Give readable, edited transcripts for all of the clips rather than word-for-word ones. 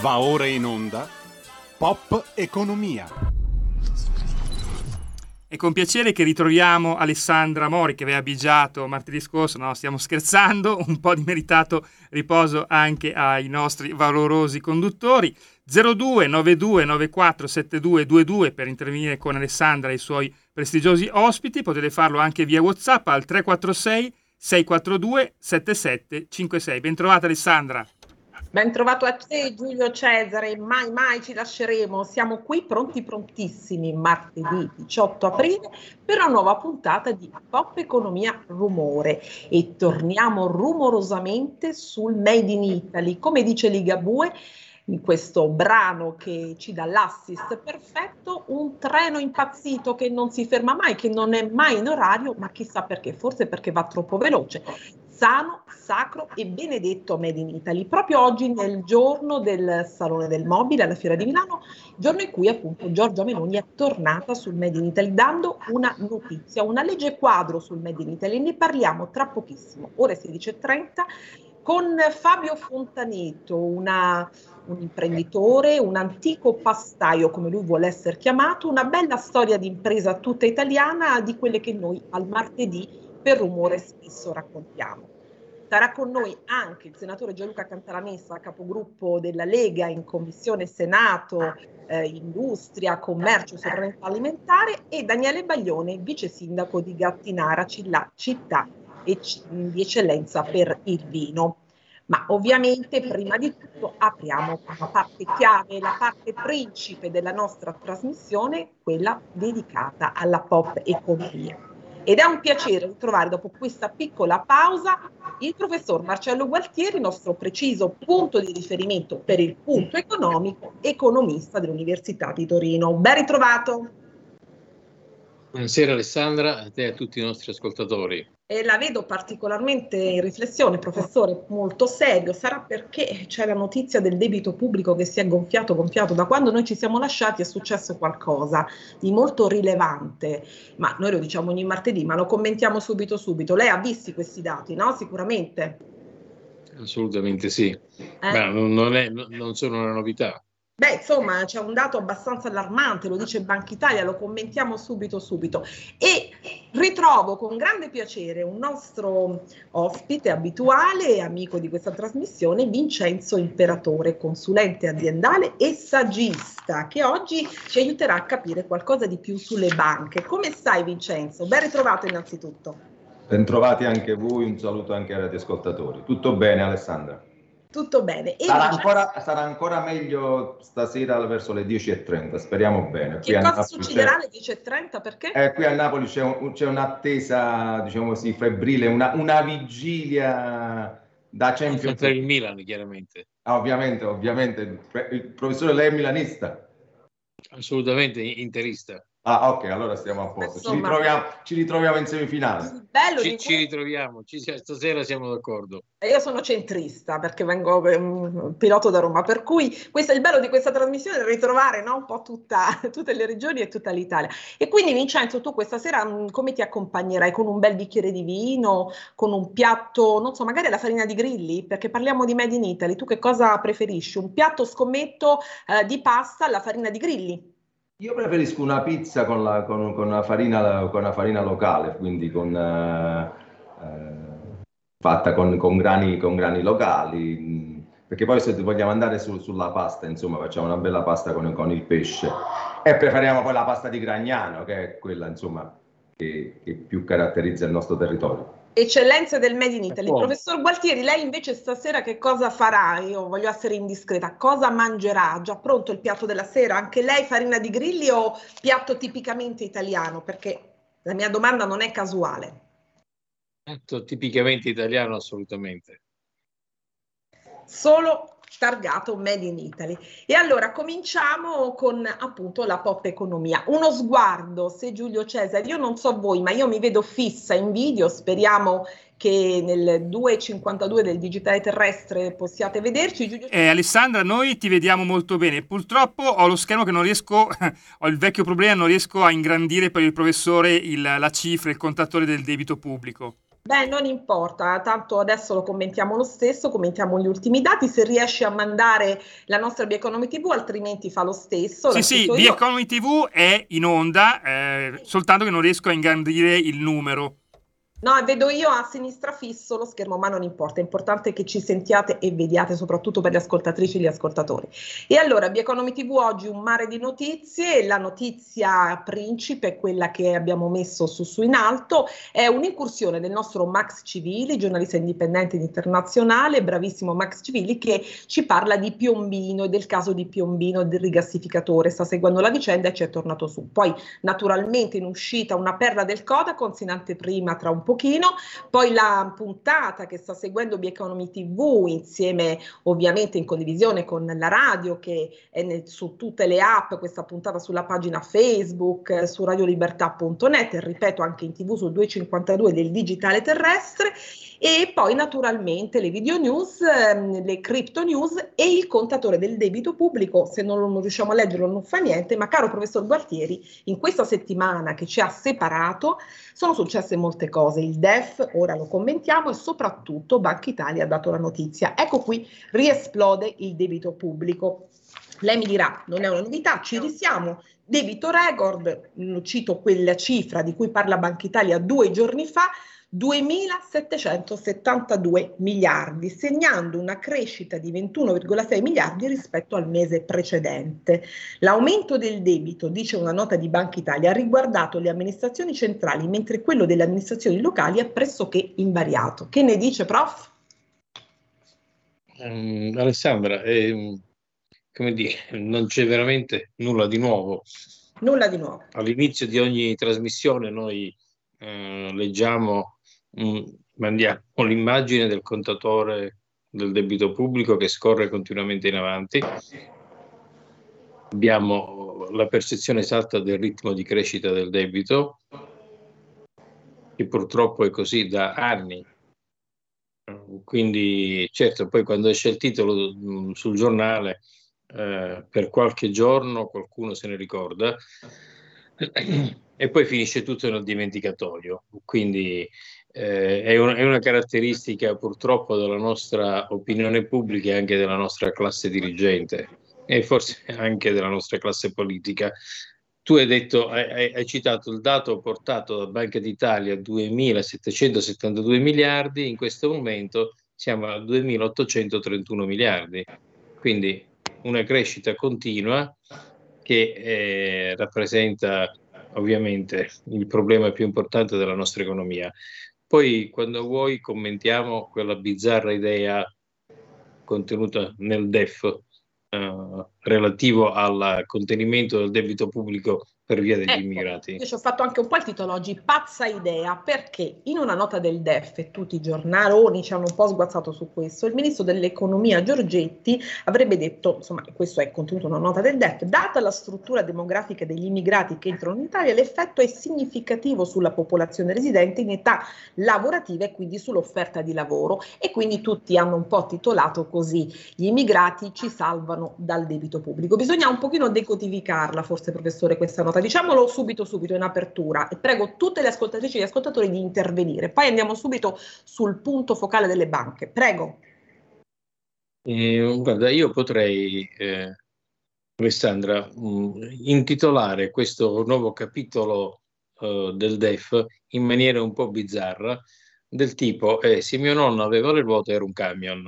Va ora in onda Pop Economia. È con piacere che ritroviamo Alessandra Mori, che aveva abigiato martedì scorso. No, stiamo scherzando, un po' di meritato riposo anche ai nostri valorosi conduttori. 02 92 94 7222 per intervenire con Alessandra e i suoi prestigiosi ospiti. Potete farlo anche via WhatsApp al 346 642 7756. Bentrovata Alessandra. Ben trovato a te Giulio Cesare, mai ci lasceremo, siamo qui prontissimi martedì 18 aprile per una nuova puntata di Pop Economia Rumore e torniamo rumorosamente sul Made in Italy, come dice Ligabue in questo brano che ci dà l'assist perfetto, un treno impazzito che non si ferma mai, che non è mai in orario, ma chissà perché, forse perché va troppo veloce. Sano, sacro e benedetto Made in Italy, proprio oggi nel giorno del Salone del Mobile alla Fiera di Milano, giorno in cui appunto Giorgia Meloni è tornata sul Made in Italy dando una notizia, una legge quadro sul Made in Italy. Ne parliamo tra pochissimo, ore 16:30, con Fabio Fontaneto, un imprenditore, un antico pastaio come lui vuole essere chiamato, una bella storia di impresa tutta italiana, di quelle che noi al martedì per Rumore spesso raccontiamo. Sarà con noi anche il senatore Gianluca Cantalamessa, capogruppo della Lega in Commissione Senato, Industria, Commercio e Sovranità Alimentare, e Daniele Baglione, vice sindaco di Gattinara, città di eccellenza per il vino. Ma ovviamente prima di tutto apriamo la parte chiave, la parte principe della nostra trasmissione, quella dedicata alla pop economia. Ed è un piacere ritrovare dopo questa piccola pausa il professor Marcello Gualtieri, nostro preciso punto di riferimento per il punto economico, economista dell'Università di Torino. Ben ritrovato. Buonasera Alessandra, a te e a tutti i nostri ascoltatori. E la vedo particolarmente in riflessione, professore, molto serio. Sarà perché c'è la notizia del debito pubblico che si è gonfiato. Da quando noi ci siamo lasciati è successo qualcosa di molto rilevante, ma noi lo diciamo ogni martedì, ma lo commentiamo subito. Lei ha visto questi dati, no? Sicuramente. Assolutamente sì. Beh, non sono una novità. Beh, insomma, c'è un dato abbastanza allarmante, lo dice Banca Italia, lo commentiamo subito. E ritrovo con grande piacere un nostro ospite abituale e amico di questa trasmissione, Vincenzo Imperatore, consulente aziendale e saggista, che oggi ci aiuterà a capire qualcosa di più sulle banche. Come stai, Vincenzo? Ben ritrovato innanzitutto. Ben trovati anche voi, un saluto anche ai radioascoltatori. Tutto bene, Alessandra? Tutto bene. E sarà ancora meglio stasera verso le 10:30, speriamo bene. Che cosa succederà alle 10:30? Perché? Qui a Napoli c'è un'attesa, diciamo così, febbrile, una vigilia da Champions per il Milan, chiaramente. Ovviamente. Il professore, lei è milanista? Assolutamente interista. Ok, allora stiamo a posto. Ci ritroviamo in semifinale. Ci ritroviamo, stasera siamo d'accordo. Io sono centrista perché vengo pilota da Roma, per cui questo è il bello di questa trasmissione, ritrovare, no, un po' tutte le regioni e tutta l'Italia. E quindi Vincenzo, tu questa sera come ti accompagnerai? Con un bel bicchiere di vino, con un piatto, non so, magari la farina di grilli? Perché parliamo di Made in Italy, tu che cosa preferisci? Un piatto, scommetto, di pasta alla farina di grilli? Io preferisco una pizza con una farina locale, quindi fatta con grani locali, perché poi se vogliamo andare sulla pasta, insomma, facciamo una bella pasta con il pesce e preferiamo poi la pasta di Gragnano, che è quella, insomma, che più caratterizza il nostro territorio. Eccellenze del Made in Italy. Professor Gualtieri, lei invece stasera che cosa farà? Io voglio essere indiscreta. Cosa mangerà? Già pronto il piatto della sera? Anche lei farina di grilli o piatto tipicamente italiano? Perché la mia domanda non è casuale. Piatto tipicamente italiano, assolutamente. Solo targato Made in Italy. E allora cominciamo con appunto la pop economia. Uno sguardo, se Giulio Cesare, io non so voi, ma io mi vedo fissa in video, speriamo che nel 2.52 del digitale terrestre possiate vederci. Giulio Alessandra, noi ti vediamo molto bene. Purtroppo ho lo schermo che non riesco, ho il vecchio problema, non riesco a ingrandire per il professore la cifra, il contatore del debito pubblico. Beh, non importa, tanto adesso lo commentiamo lo stesso, commentiamo gli ultimi dati, se riesci a mandare la nostra Bioeconomy TV, altrimenti fa lo stesso. Sì, Bioeconomy TV è in onda, soltanto che non riesco a ingrandire il numero. No, vedo io a sinistra fisso lo schermo, ma non importa, è importante che ci sentiate e vediate, soprattutto per le ascoltatrici e gli ascoltatori. E allora, Bioeconomy TV oggi un mare di notizie, la notizia principe, quella che abbiamo messo su in alto, è un'incursione del nostro Max Civili, giornalista indipendente ed internazionale, bravissimo Max Civili, che ci parla di Piombino e del caso di Piombino, del rigassificatore, sta seguendo la vicenda e ci è tornato su. Poi, naturalmente, in uscita una perla del Codacons in anteprima tra un pochino, poi la puntata che sta seguendo Bioeconomy TV insieme ovviamente in condivisione con la radio che è su tutte le app, questa puntata sulla pagina Facebook, su radiolibertà.net e ripeto anche in TV sul 252 del digitale terrestre, e poi naturalmente le video news, le crypto news e il contatore del debito pubblico. Se non riusciamo a leggerlo non fa niente, ma caro professor Gualtieri, in questa settimana che ci ha separato sono successe molte cose. Il DEF, ora lo commentiamo, e soprattutto Banca Italia ha dato la notizia. Ecco qui, riesplode il debito pubblico. Lei mi dirà, non è una novità, ci risiamo. Debito record, cito quella cifra di cui parla Banca Italia 2 giorni fa, 2.772 miliardi, segnando una crescita di 21,6 miliardi rispetto al mese precedente. L'aumento del debito, dice una nota di Banca Italia, ha riguardato le amministrazioni centrali, mentre quello delle amministrazioni locali è pressoché invariato. Che ne dice, prof? Alessandra, come dire, non c'è veramente nulla di nuovo. Nulla di nuovo. All'inizio di ogni trasmissione noi leggiamo, mandiamo l'immagine del contatore del debito pubblico che scorre continuamente in avanti. Abbiamo la percezione esatta del ritmo di crescita del debito, che purtroppo è così da anni. Quindi, certo, poi quando esce il titolo sul giornale, per qualche giorno qualcuno se ne ricorda e poi finisce tutto nel dimenticatoio. Quindi è una caratteristica purtroppo della nostra opinione pubblica e anche della nostra classe dirigente e forse anche della nostra classe politica. Tu hai citato il dato portato da Banca d'Italia, 2.772 miliardi, in questo momento siamo a 2.831 miliardi, quindi una crescita continua che rappresenta ovviamente il problema più importante della nostra economia. Poi, quando vuoi, commentiamo quella bizzarra idea contenuta nel DEF relativo al contenimento del debito pubblico per via degli immigrati. Io ci ho fatto anche un po' il titolo oggi, pazza idea, perché in una nota del DEF, e tutti i giornaloni ci hanno un po' sguazzato su questo, il ministro dell'economia Giorgetti avrebbe detto, insomma, questo è contenuto in una nota del DEF, data la struttura demografica degli immigrati che entrano in Italia, l'effetto è significativo sulla popolazione residente in età lavorativa e quindi sull'offerta di lavoro, e quindi tutti hanno un po' titolato così, gli immigrati ci salvano dal debito pubblico. Bisogna un pochino decodificarla, forse, professore, questa nota. Diciamolo subito in apertura, e prego tutte le ascoltatrici e gli ascoltatori di intervenire. Poi andiamo subito sul punto focale delle banche. Prego. Guarda, io potrei, Alessandra, intitolare questo nuovo capitolo del DEF in maniera un po' bizzarra, del tipo se mio nonno aveva le ruote era un camion.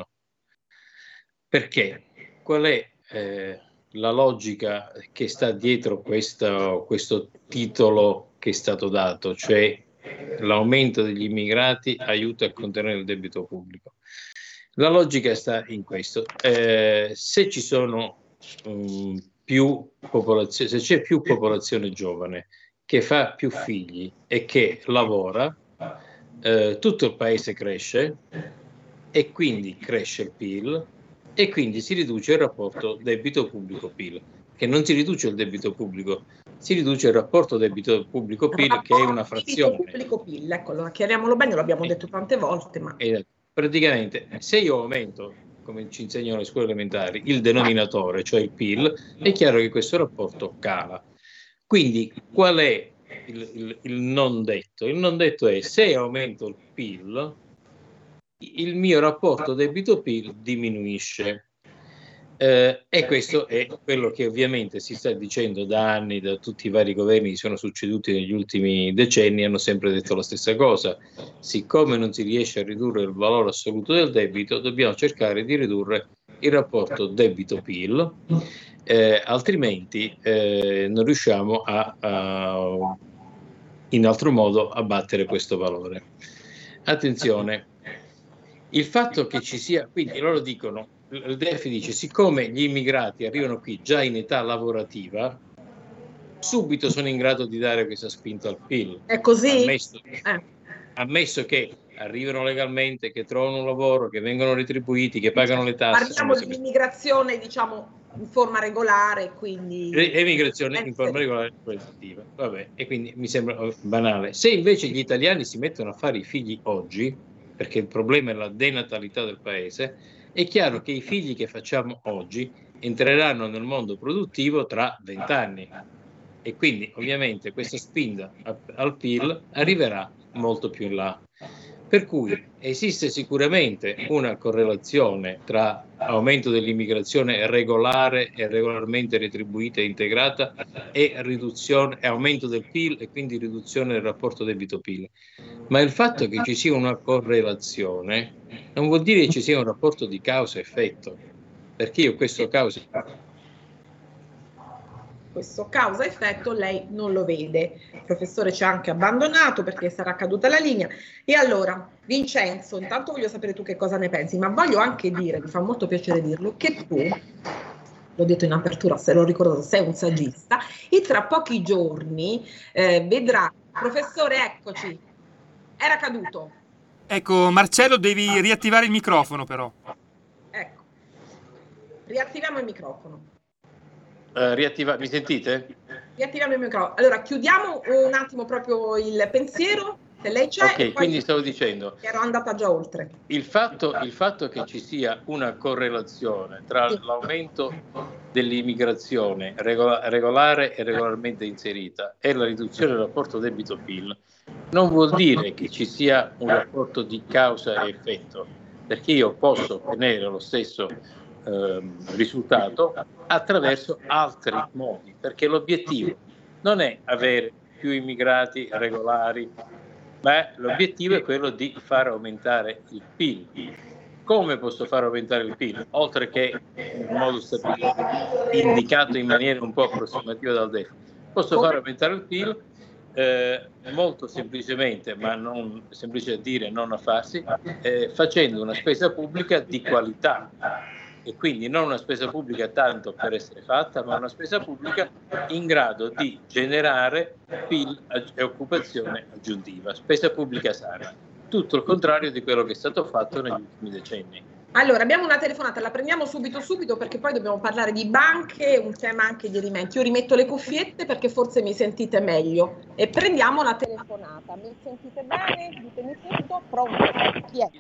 Perché? Qual è la logica che sta dietro questo titolo che è stato dato, cioè l'aumento degli immigrati aiuta a contenere il debito pubblico? La logica sta in questo: se ci sono più popolazione, se c'è più popolazione giovane che fa più figli e che lavora, tutto il paese cresce e quindi cresce il PIL. E quindi si riduce il rapporto debito pubblico-PIL, che non si riduce il debito pubblico, si riduce il rapporto debito pubblico-PIL, che è una frazione. Pubblico-PIL, ecco, allora chiariamolo bene, l'abbiamo detto tante volte. Ma praticamente, se io aumento, come ci insegnano le scuole elementari, il denominatore, cioè il PIL, è chiaro che questo rapporto cala. Quindi qual è il non detto. Il non detto è: se aumento il PIL, il mio rapporto debito-PIL diminuisce. E questo è quello che ovviamente si sta dicendo da anni, da tutti i vari governi che sono succeduti negli ultimi decenni, hanno sempre detto la stessa cosa. Siccome non si riesce a ridurre il valore assoluto del debito, dobbiamo cercare di ridurre il rapporto debito-PIL, altrimenti non riusciamo in altro modo a battere questo valore. Attenzione, il fatto che ci sia, quindi loro dicono, il DEF dice, siccome gli immigrati arrivano qui già in età lavorativa, subito sono in grado di dare questa spinta al PIL. È così? Ammesso che arrivano legalmente, che trovano un lavoro, che vengono retribuiti, che pagano le tasse. Parliamo di immigrazione, diciamo, in forma regolare, quindi... Emigrazione in forma regolare qualitativa. Vabbè, e quindi mi sembra banale. Se invece gli italiani si mettono a fare i figli oggi, perché il problema è la denatalità del paese, è chiaro che i figli che facciamo oggi entreranno nel mondo produttivo tra 20 anni. E quindi ovviamente questa spinta al PIL arriverà molto più in là. Per cui esiste sicuramente una correlazione tra aumento dell'immigrazione regolare e regolarmente retribuita e integrata e riduzione e aumento del PIL e quindi riduzione del rapporto debito-PIL. Ma il fatto che ci sia una correlazione non vuol dire che ci sia un rapporto di causa-effetto, perché io questo causa-effetto lei non lo vede. Il professore ci ha anche abbandonato perché sarà caduta la linea. E allora, Vincenzo, intanto voglio sapere tu che cosa ne pensi, ma voglio anche dire, mi fa molto piacere dirlo, che tu, l'ho detto in apertura, se l'ho ricordato, sei un saggista, e tra pochi giorni vedrà, professore, eccoci, era caduto. Ecco, Marcello, devi riattivare il microfono però. Ecco, riattiviamo il microfono. mi sentite? Riattiviamo il microfono. Allora, chiudiamo un attimo proprio il pensiero, se lei c'è. Ok, quindi stavo dicendo, ero andata già oltre. Il fatto che ci sia una correlazione tra l'aumento dell'immigrazione regolare e regolarmente inserita e la riduzione del rapporto debito-PIL non vuol dire che ci sia un rapporto di causa e effetto, perché io posso ottenere lo stesso risultato attraverso altri modi, perché l'obiettivo non è avere più immigrati regolari, ma l'obiettivo è quello di far aumentare il PIL. Come posso far aumentare il PIL? Oltre che in modo stabilito, indicato in maniera un po' approssimativa dal DEF, posso far aumentare il PIL molto semplicemente, ma non semplice a dire, non a farsi, facendo una spesa pubblica di qualità. E quindi non una spesa pubblica tanto per essere fatta, ma una spesa pubblica in grado di generare PIL e occupazione aggiuntiva, spesa pubblica sana. Tutto il contrario di quello che è stato fatto negli ultimi decenni. Allora, abbiamo una telefonata, la prendiamo subito perché poi dobbiamo parlare di banche, un tema anche di alimenti. Io rimetto le cuffiette perché forse mi sentite meglio e prendiamo la telefonata. Mi sentite bene? Ditemi tutto. Pronto? Chi è?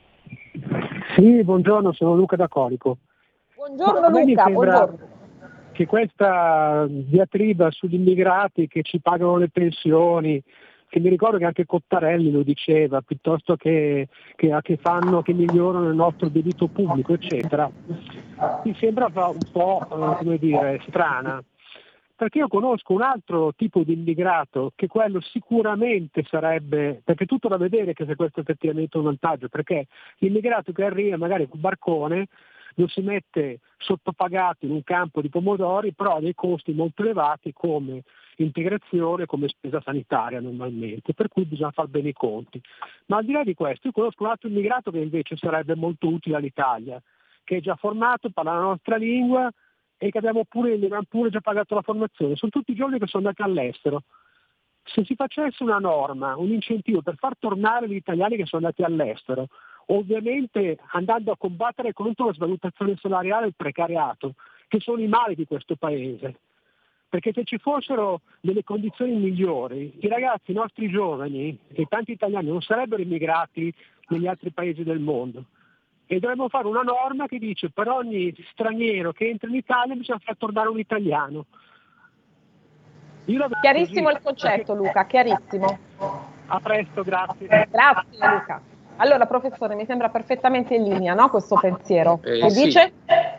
Sì, buongiorno, sono Luca da Colico. Buongiorno Luca, buongiorno. Che questa diatriba sugli immigrati che ci pagano le pensioni, che mi ricordo che anche Cottarelli lo diceva, piuttosto che migliorano il nostro debito pubblico, eccetera, mi sembra un po', strana. Perché io conosco un altro tipo di immigrato che quello sicuramente sarebbe, perché tutto da vedere che se questo è effettivamente un vantaggio, perché l'immigrato che arriva magari con barcone lo si mette sottopagato in un campo di pomodori, però ha dei costi molto elevati come integrazione, come spesa sanitaria normalmente, per cui bisogna fare bene i conti. Ma al di là di questo, io conosco un altro immigrato che invece sarebbe molto utile all'Italia, che è già formato, parla la nostra lingua, e che abbiamo pure già pagato la formazione. Sono tutti i giovani che sono andati all'estero. Se si facesse una norma, un incentivo per far tornare gli italiani che sono andati all'estero, ovviamente andando a combattere contro la svalutazione salariale e il precariato, che sono i mali di questo paese. Perché se ci fossero delle condizioni migliori, i ragazzi, i nostri giovani e tanti italiani non sarebbero immigrati negli altri paesi del mondo. E dovremmo fare una norma che dice per ogni straniero che entra in Italia bisogna far tornare un italiano. Chiarissimo il concetto, Luca, chiarissimo. A presto, grazie. Grazie Luca. Allora, professore, mi sembra perfettamente in linea, no, questo pensiero. Che Sì. dice?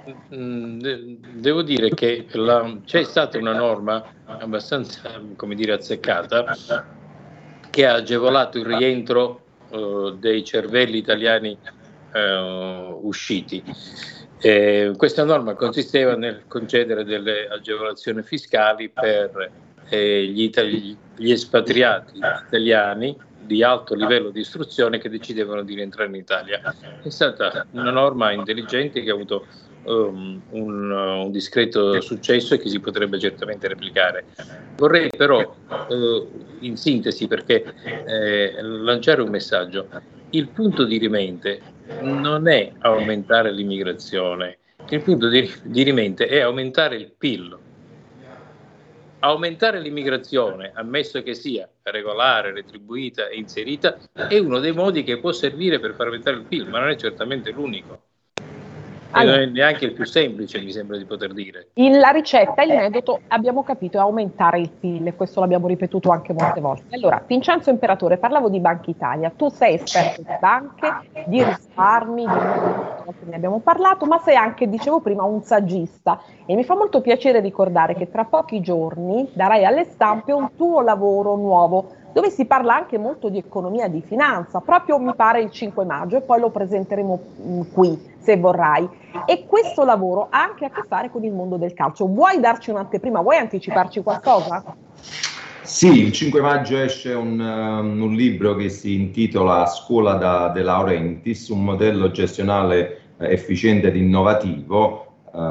Devo dire che c'è stata una norma abbastanza, come dire, azzeccata, che ha agevolato il rientro dei cervelli italiani usciti. Questa norma consisteva nel concedere delle agevolazioni fiscali per gli espatriati italiani di alto livello di istruzione che decidevano di rientrare in Italia. È stata una norma intelligente che ha avuto un discreto successo e che si potrebbe certamente replicare. Vorrei però, in sintesi, perché lanciare un messaggio. Il punto dirimente non è aumentare l'immigrazione, il punto dirimente è aumentare il PIL. Aumentare l'immigrazione, ammesso che sia regolare, retribuita e inserita, è uno dei modi che può servire per far aumentare il PIL, ma non è certamente l'unico. E non è neanche il più semplice, mi sembra di poter dire. La ricetta, il metodo, abbiamo capito, è aumentare il PIL, e questo l'abbiamo ripetuto anche molte volte. Allora, Vincenzo Imperatore, parlavo di Banca Italia, tu sei esperto di banche, di risparmi, ne abbiamo parlato, ma sei anche, dicevo prima, un saggista, e mi fa molto piacere ricordare che tra pochi giorni darai alle stampe un tuo lavoro nuovo, dove si parla anche molto di economia e di finanza, proprio mi pare il 5 maggio, e poi lo presenteremo qui, se vorrai. E questo lavoro ha anche a che fare con il mondo del calcio. Vuoi darci un'anteprima? Vuoi anticiparci qualcosa? Sì, il 5 maggio esce un libro che si intitola Scuola De Laurentiis, un modello gestionale efficiente ed innovativo,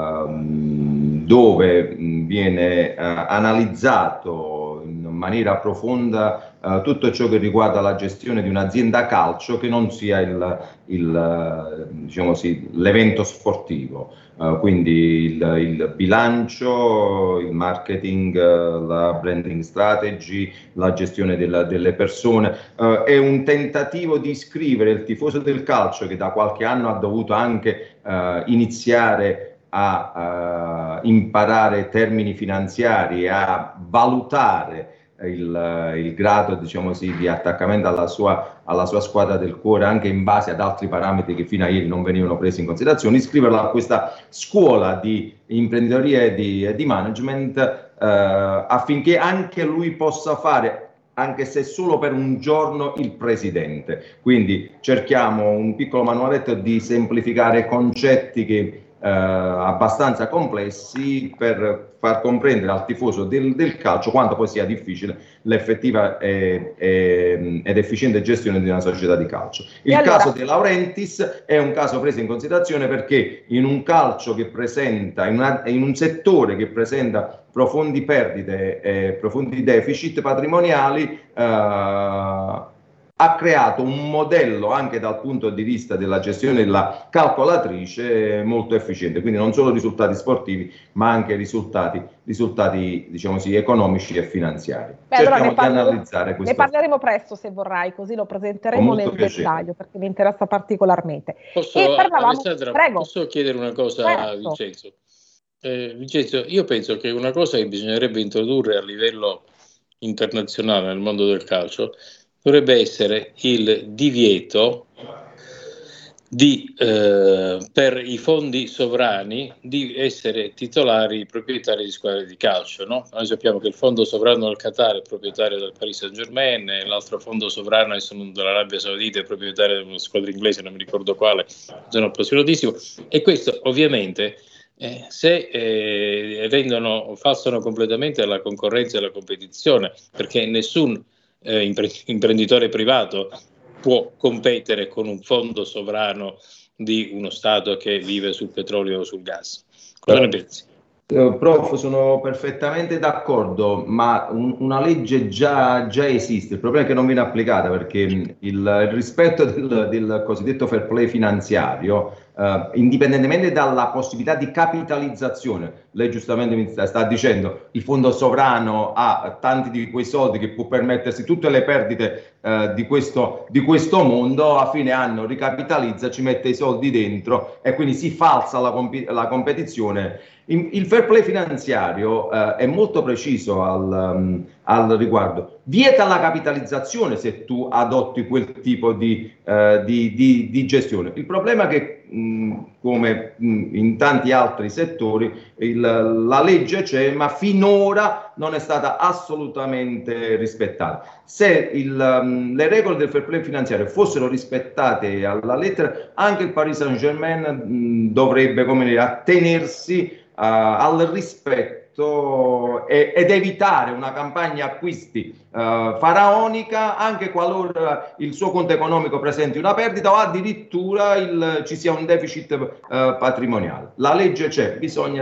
dove viene analizzato in maniera profonda tutto ciò che riguarda la gestione di un'azienda calcio che non sia diciamo così, l'evento sportivo, quindi il bilancio, il marketing, la branding strategy, la gestione delle persone. È un tentativo di iscrivere il tifoso del calcio, che da qualche anno ha dovuto anche iniziare a imparare termini finanziari, a valutare il grado, diciamo così, di attaccamento alla sua squadra del cuore, anche in base ad altri parametri che fino a ieri non venivano presi in considerazione, iscriverla a questa scuola di imprenditoria e di management, affinché anche lui possa fare, anche se solo per un giorno, il presidente. Quindi cerchiamo un piccolo manualetto di semplificare concetti che abbastanza complessi, per far comprendere al tifoso del calcio quanto poi sia difficile l'effettiva ed efficiente gestione di una società di calcio. Il caso De Laurentiis è un caso preso in considerazione perché in un calcio che presenta, in un settore che presenta profondi perdite e profondi deficit patrimoniali, ha creato un modello anche dal punto di vista della gestione della calcolatrice molto efficiente, quindi non solo risultati sportivi ma anche risultati diciamo così, economici e finanziari. Cerchiamo di analizzare questo. Ne parleremo presto, se vorrai, così lo presenteremo nel dettaglio, perché mi interessa particolarmente. Alessandra, posso chiedere una cosa a Vincenzo? Vincenzo, io penso che una cosa che bisognerebbe introdurre a livello internazionale nel mondo del calcio dovrebbe essere il divieto per i fondi sovrani di essere titolari proprietari di squadre di calcio, no? Noi sappiamo che il fondo sovrano del Qatar è proprietario del Paris Saint-Germain, l'altro fondo sovrano dell'Arabia Saudita è proprietario di una squadra inglese, non mi ricordo quale, sono appassionatissimo, e questo ovviamente se falsano completamente la concorrenza e la competizione, perché nessun imprenditore privato può competere con un fondo sovrano di uno Stato che vive sul petrolio o sul gas. Cosa ne pensi? Prof, sono perfettamente d'accordo, ma una legge già esiste, il problema è che non viene applicata perché il rispetto del cosiddetto fair play finanziario indipendentemente dalla possibilità di capitalizzazione. Lei giustamente mi sta dicendo il fondo sovrano ha tanti di quei soldi che può permettersi tutte le perdite di questo mondo, a fine anno ricapitalizza, ci mette i soldi dentro e quindi si falsa la competizione. Il fair play finanziario è molto preciso al riguardo. Vieta la capitalizzazione se tu adotti quel tipo di gestione. Il problema è che, come in tanti altri settori, la legge c'è, ma finora non è stata assolutamente rispettata. Se le regole del fair play finanziario fossero rispettate alla lettera, anche il Paris Saint-Germain dovrebbe, come dire, attenersi al rispetto ed evitare una campagna acquisti faraonica, anche qualora il suo conto economico presenti una perdita o addirittura ci sia un deficit patrimoniale. La legge c'è, bisogna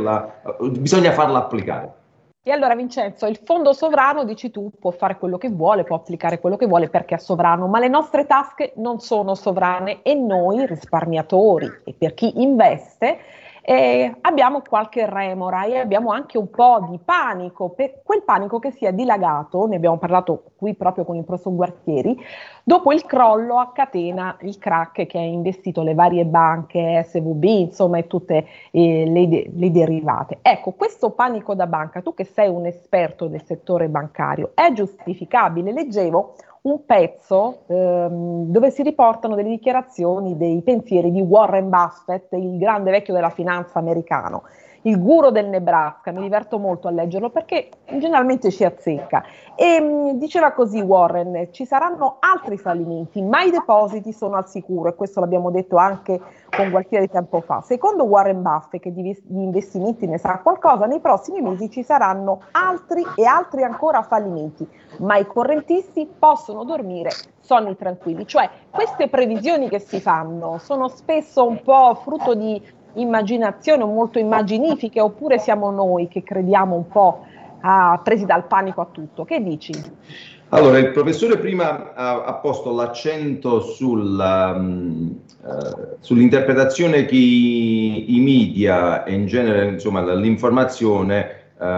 farla applicare. E allora, Vincenzo, il fondo sovrano, dici tu, può fare quello che vuole, può applicare quello che vuole perché è sovrano, ma le nostre tasche non sono sovrane e noi risparmiatori e per chi investe abbiamo qualche remora e abbiamo anche un po' di panico, per quel panico che si è dilagato, ne abbiamo parlato qui proprio con il professor Gualtieri, dopo il crollo a catena, il crack che ha investito le varie banche, SVB, insomma, e tutte le derivate. Ecco, questo panico da banca, tu che sei un esperto del settore bancario, è giustificabile? Leggevo un pezzo dove si riportano delle dichiarazioni, dei pensieri di Warren Buffett, il grande vecchio della finanza americano, il guru del Nebraska. Mi diverto molto a leggerlo perché generalmente ci azzecca. E diceva così Warren: ci saranno altri fallimenti, ma i depositi sono al sicuro, e questo l'abbiamo detto anche con Gualtieri tempo fa. Secondo Warren Buffett, che di investimenti ne sa qualcosa, nei prossimi mesi ci saranno altri e altri ancora fallimenti, ma i correntisti possono dormire sonni tranquilli. Cioè, queste previsioni che si fanno sono spesso un po' frutto di immaginazione, molto immaginifiche, oppure siamo noi che crediamo un po' presi dal panico a tutto? Che dici? Allora, il professore prima ha posto l'accento sull'interpretazione che i media e in genere, insomma, l'informazione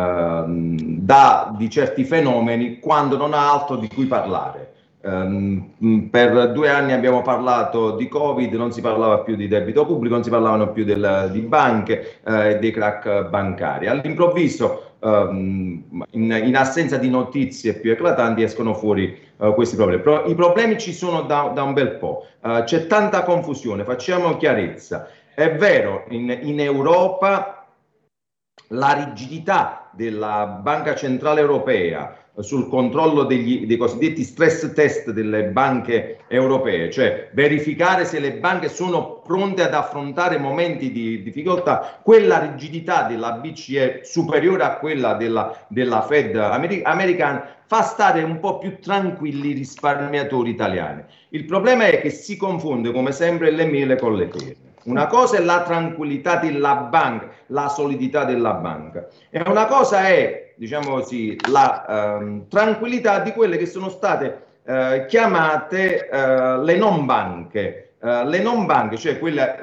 dà di certi fenomeni quando non ha altro di cui parlare. Per 2 anni abbiamo parlato di Covid, non si parlava più di debito pubblico, non si parlavano più di banche e dei crack bancari. All'improvviso, in assenza di notizie più eclatanti, escono fuori questi problemi. Però i problemi ci sono da un bel po', c'è tanta confusione, facciamo chiarezza. È vero, in Europa la rigidità della Banca Centrale Europea sul controllo dei cosiddetti stress test delle banche europee, cioè verificare se le banche sono pronte ad affrontare momenti di difficoltà, quella rigidità della BCE superiore a quella della Fed americana fa stare un po' più tranquilli i risparmiatori italiani. Il problema è che si confonde come sempre le mele con le pere. Una cosa è la tranquillità della banca, la solidità della banca, e una cosa è, diciamo così, la tranquillità di quelle che sono state chiamate le non banche. Le non banche, cioè quelle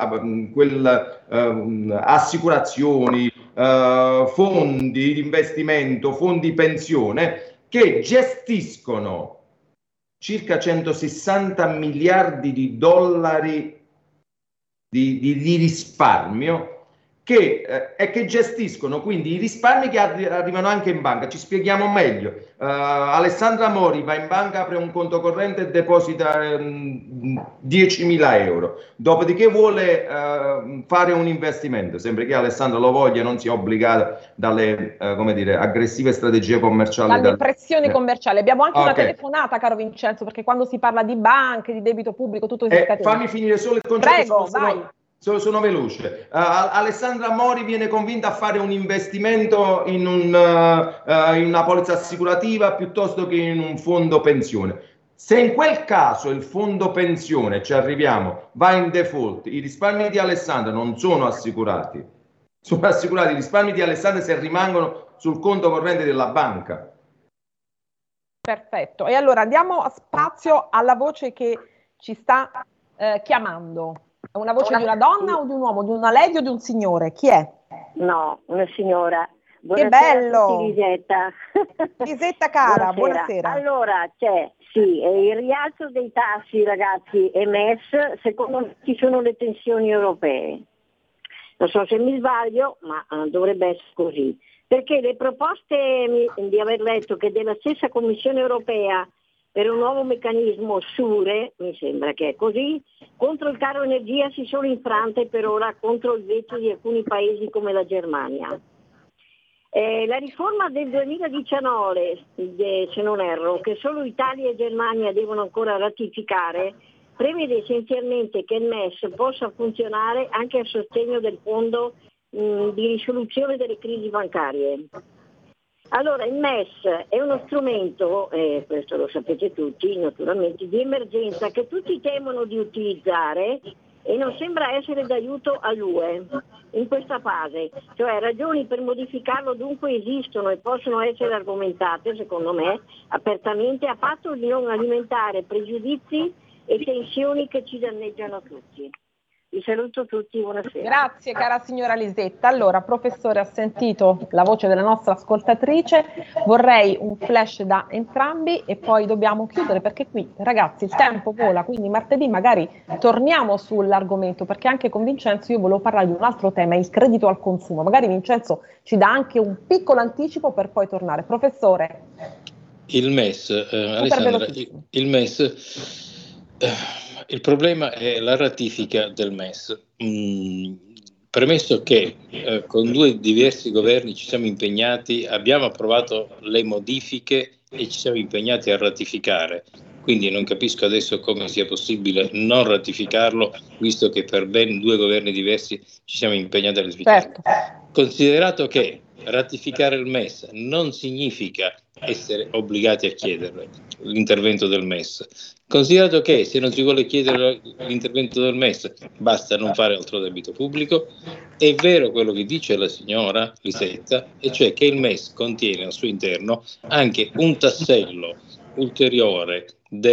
assicurazioni, fondi di investimento, fondi pensione, che gestiscono circa 160 miliardi di dollari di risparmio che gestiscono quindi i risparmi che arrivano anche in banca. Ci spieghiamo meglio. Alessandra Mori va in banca, apre un conto corrente e deposita 10.000 euro, dopodiché vuole fare un investimento, sempre che Alessandra lo voglia, non sia obbligata dalle aggressive strategie commerciali, dalle pressioni commerciali. Abbiamo anche una telefonata, caro Vincenzo, perché quando si parla di banche, di debito pubblico, tutto si scatena. Fammi finire solo il concetto. Prego, vai. Sono veloce. Alessandra Mori viene convinta a fare un investimento in una polizza assicurativa piuttosto che in un fondo pensione. Se in quel caso il fondo pensione, ci arriviamo, va in default, i risparmi di Alessandra non sono assicurati. Sono assicurati i risparmi di Alessandra se rimangono sul conto corrente della banca. Perfetto. E allora diamo spazio alla voce che ci sta chiamando. È una voce di una donna o di un uomo, di una lady o di un signore? Chi è? No, una signora. Che bello! A tutti, Lisetta. Lisetta cara, buonasera. Allora, c'è il rialzo dei tassi, ragazzi, e MES, secondo me ci sono le tensioni europee. Non so se mi sbaglio, ma dovrebbe essere così. Perché le proposte di aver letto che della stessa Commissione europea per un nuovo meccanismo SURE, mi sembra che è così, contro il caro energia si sono infrante per ora contro il veto di alcuni paesi come la Germania. La riforma del 2019, se non erro, che solo Italia e Germania devono ancora ratificare, prevede essenzialmente che il MES possa funzionare anche a sostegno del fondo di risoluzione delle crisi bancarie. Allora il MES è uno strumento, questo lo sapete tutti naturalmente, di emergenza che tutti temono di utilizzare e non sembra essere d'aiuto all'UE in questa fase, cioè ragioni per modificarlo dunque esistono e possono essere argomentate, secondo me, apertamente a patto di non alimentare pregiudizi e tensioni che ci danneggiano tutti. Vi saluto tutti, buonasera. Grazie cara signora Lisetta. Allora, professore, ha sentito la voce della nostra ascoltatrice, vorrei un flash da entrambi e poi dobbiamo chiudere perché qui ragazzi il tempo vola, quindi martedì magari torniamo sull'argomento perché anche con Vincenzo io volevo parlare di un altro tema, il credito al consumo. Magari Vincenzo ci dà anche un piccolo anticipo per poi tornare. Professore. Il MES, Alessandra, il MES... il problema è la ratifica del MES. Premesso che con due diversi governi ci siamo impegnati, abbiamo approvato le modifiche e ci siamo impegnati a ratificare. Quindi non capisco adesso come sia possibile non ratificarlo, visto che per ben due governi diversi ci siamo impegnati a ratificarlo. Certo. Considerato che ratificare il MES non significa essere obbligati a chiederlo, l'intervento del MES. Considerato che se non si vuole chiedere l'intervento del MES basta non fare altro debito pubblico, è vero quello che dice la signora Lisetta, e cioè che il MES contiene al suo interno anche un tassello ulteriore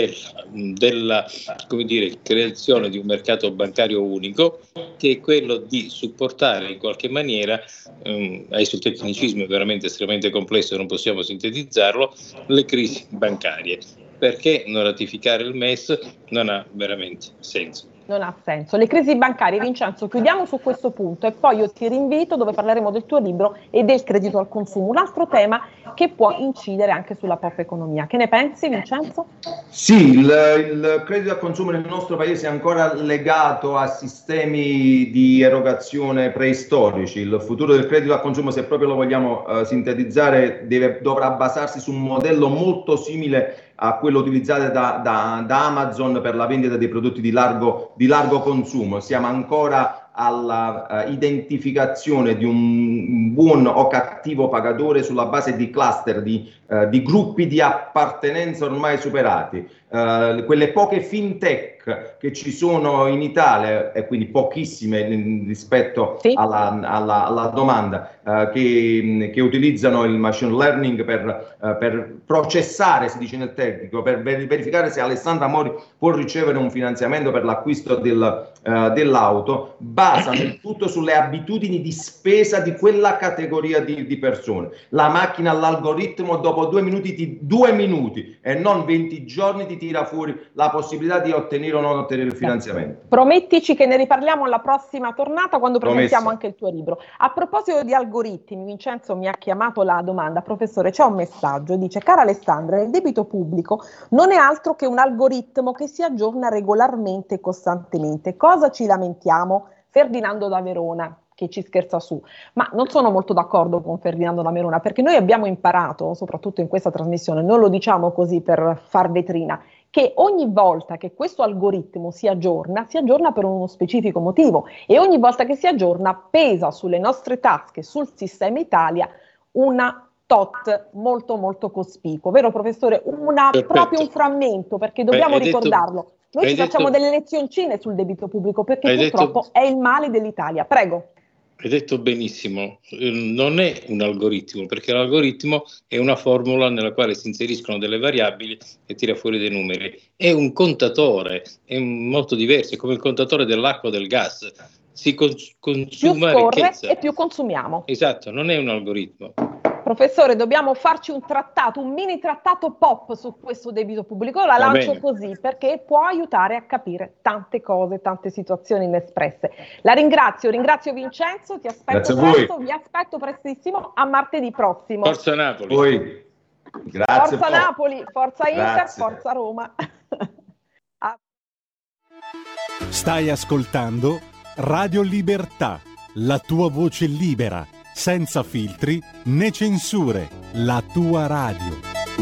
della come dire, creazione di un mercato bancario unico, che è quello di supportare in qualche maniera, adesso il tecnicismo è veramente estremamente complesso e non possiamo sintetizzarlo, le crisi bancarie. Perché non ratificare il MES non ha veramente senso. Non ha senso. Le crisi bancarie, Vincenzo, chiudiamo su questo punto e poi io ti rinvito dove parleremo del tuo libro e del credito al consumo, un altro tema che può incidere anche sulla pop economia. Che ne pensi, Vincenzo? Sì, il credito al consumo nel nostro paese è ancora legato a sistemi di erogazione preistorici. Il futuro del credito al consumo, se proprio lo vogliamo sintetizzare, dovrà basarsi su un modello molto simile a quello utilizzato da Amazon per la vendita dei prodotti di largo consumo. Siamo ancora alla identificazione di un buon o cattivo pagatore sulla base di cluster, di gruppi di appartenenza ormai superati. Quelle poche fintech che ci sono in Italia, e quindi pochissime rispetto alla domanda, che utilizzano il machine learning per processare, si dice nel tecnico, per verificare se Alessandra Mori può ricevere un finanziamento per l'acquisto dell'auto, basano il tutto sulle abitudini di spesa di quella categoria di persone. La macchina, l'algoritmo, dopo 2 minuti e non 20 giorni ti tira fuori la possibilità di ottenere o non ottenere il finanziamento. Promettici che ne riparliamo alla prossima tornata quando presentiamo anche il tuo libro. A proposito di algoritmi, Vincenzo mi ha chiamato la domanda, professore, c'è un messaggio, dice: cara Alessandra, il debito pubblico non è altro che un algoritmo che si aggiorna regolarmente e costantemente. Cosa ci lamentiamo? Ferdinando da Verona, che ci scherza su, ma non sono molto d'accordo con Ferdinando da Verona, perché noi abbiamo imparato, soprattutto in questa trasmissione, non lo diciamo così per far vetrina, che ogni volta che questo algoritmo si aggiorna per uno specifico motivo e ogni volta che si aggiorna pesa sulle nostre tasche, sul sistema Italia, una tot molto molto cospicuo, vero professore? Proprio un frammento, perché dobbiamo ricordarlo. Noi ci facciamo delle lezioncine sul debito pubblico perché purtroppo è il male dell'Italia. Prego. Hai detto benissimo, non è un algoritmo, perché l'algoritmo è una formula nella quale si inseriscono delle variabili e tira fuori dei numeri. È un contatore, è molto diverso, è come il contatore dell'acqua o del gas. Si consuma più scorre ricchezza. e più consumiamo. Esatto, non è un algoritmo. Professore, dobbiamo farci un trattato, un mini trattato pop su questo debito pubblico. La lancio così perché può aiutare a capire tante cose, tante situazioni inespresse. La ringrazio Vincenzo, ti aspetto presto, vi aspetto prestissimo a martedì prossimo. Forza Napoli. Poi, grazie. Forza Napoli, forza Inter, Grazie. forza Roma. Stai ascoltando Radio Libertà, la tua voce libera, senza filtri né censure, la tua radio.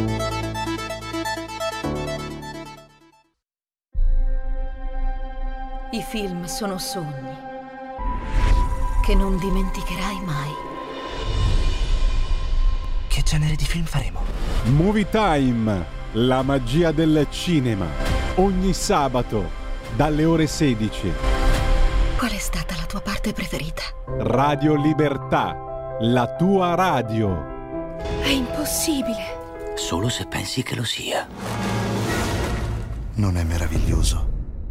I film sono sogni che non dimenticherai mai. Che genere di film faremo? Movie Time, la magia del cinema. Ogni sabato, dalle ore 16. Qual è stata la tua parte preferita? Radio Libertà, la tua radio. È impossibile. Solo se pensi che lo sia. Non è meraviglioso?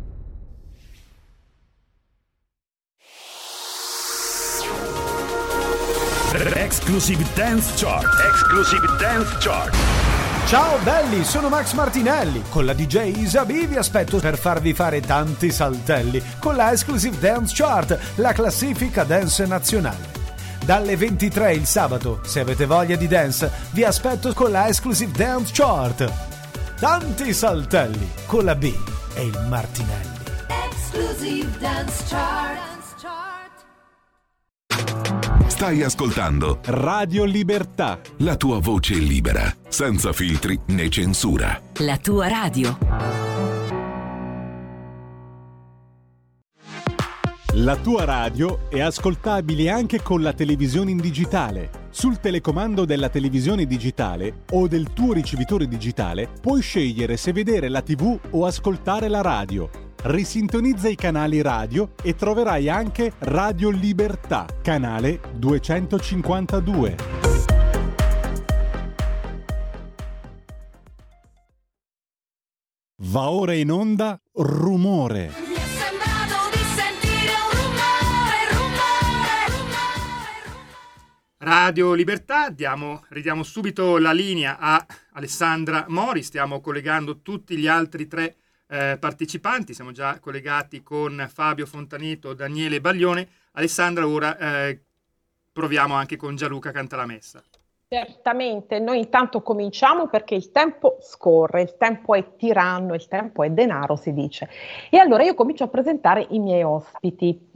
Exclusive Dance Chart. Exclusive Dance Chart. Ciao belli, sono Max Martinelli. Con la DJ Isabi vi aspetto per farvi fare tanti saltelli con la Exclusive Dance Chart, la classifica dance nazionale. Dalle 23 il sabato, se avete voglia di dance, vi aspetto con la Exclusive Dance Chart. Tanti saltelli con la B e il Martinelli. Exclusive Dance Chart. Stai ascoltando Radio Libertà, la tua voce libera, senza filtri né censura. La tua radio. la tua radio è ascoltabile anche con la televisione in digitale. Sul telecomando della televisione digitale o del tuo ricevitore digitale puoi scegliere se vedere la TV o ascoltare la radio. Risintonizza i canali radio e troverai anche Radio Libertà, canale 252. Va ora in onda Rumore. Mi è sembrato di sentire un rumore. Radio Libertà, ridiamo subito la linea a Alessandra Mori, stiamo collegando tutti gli altri tre partecipanti, siamo già collegati con Fabio Fontaneto, Daniele Baglione. Alessandra, ora proviamo anche con Gianluca Cantalamessa. Certamente, noi intanto cominciamo perché il tempo scorre, il tempo è tiranno, il tempo è denaro, si dice. E allora io comincio a presentare i miei ospiti.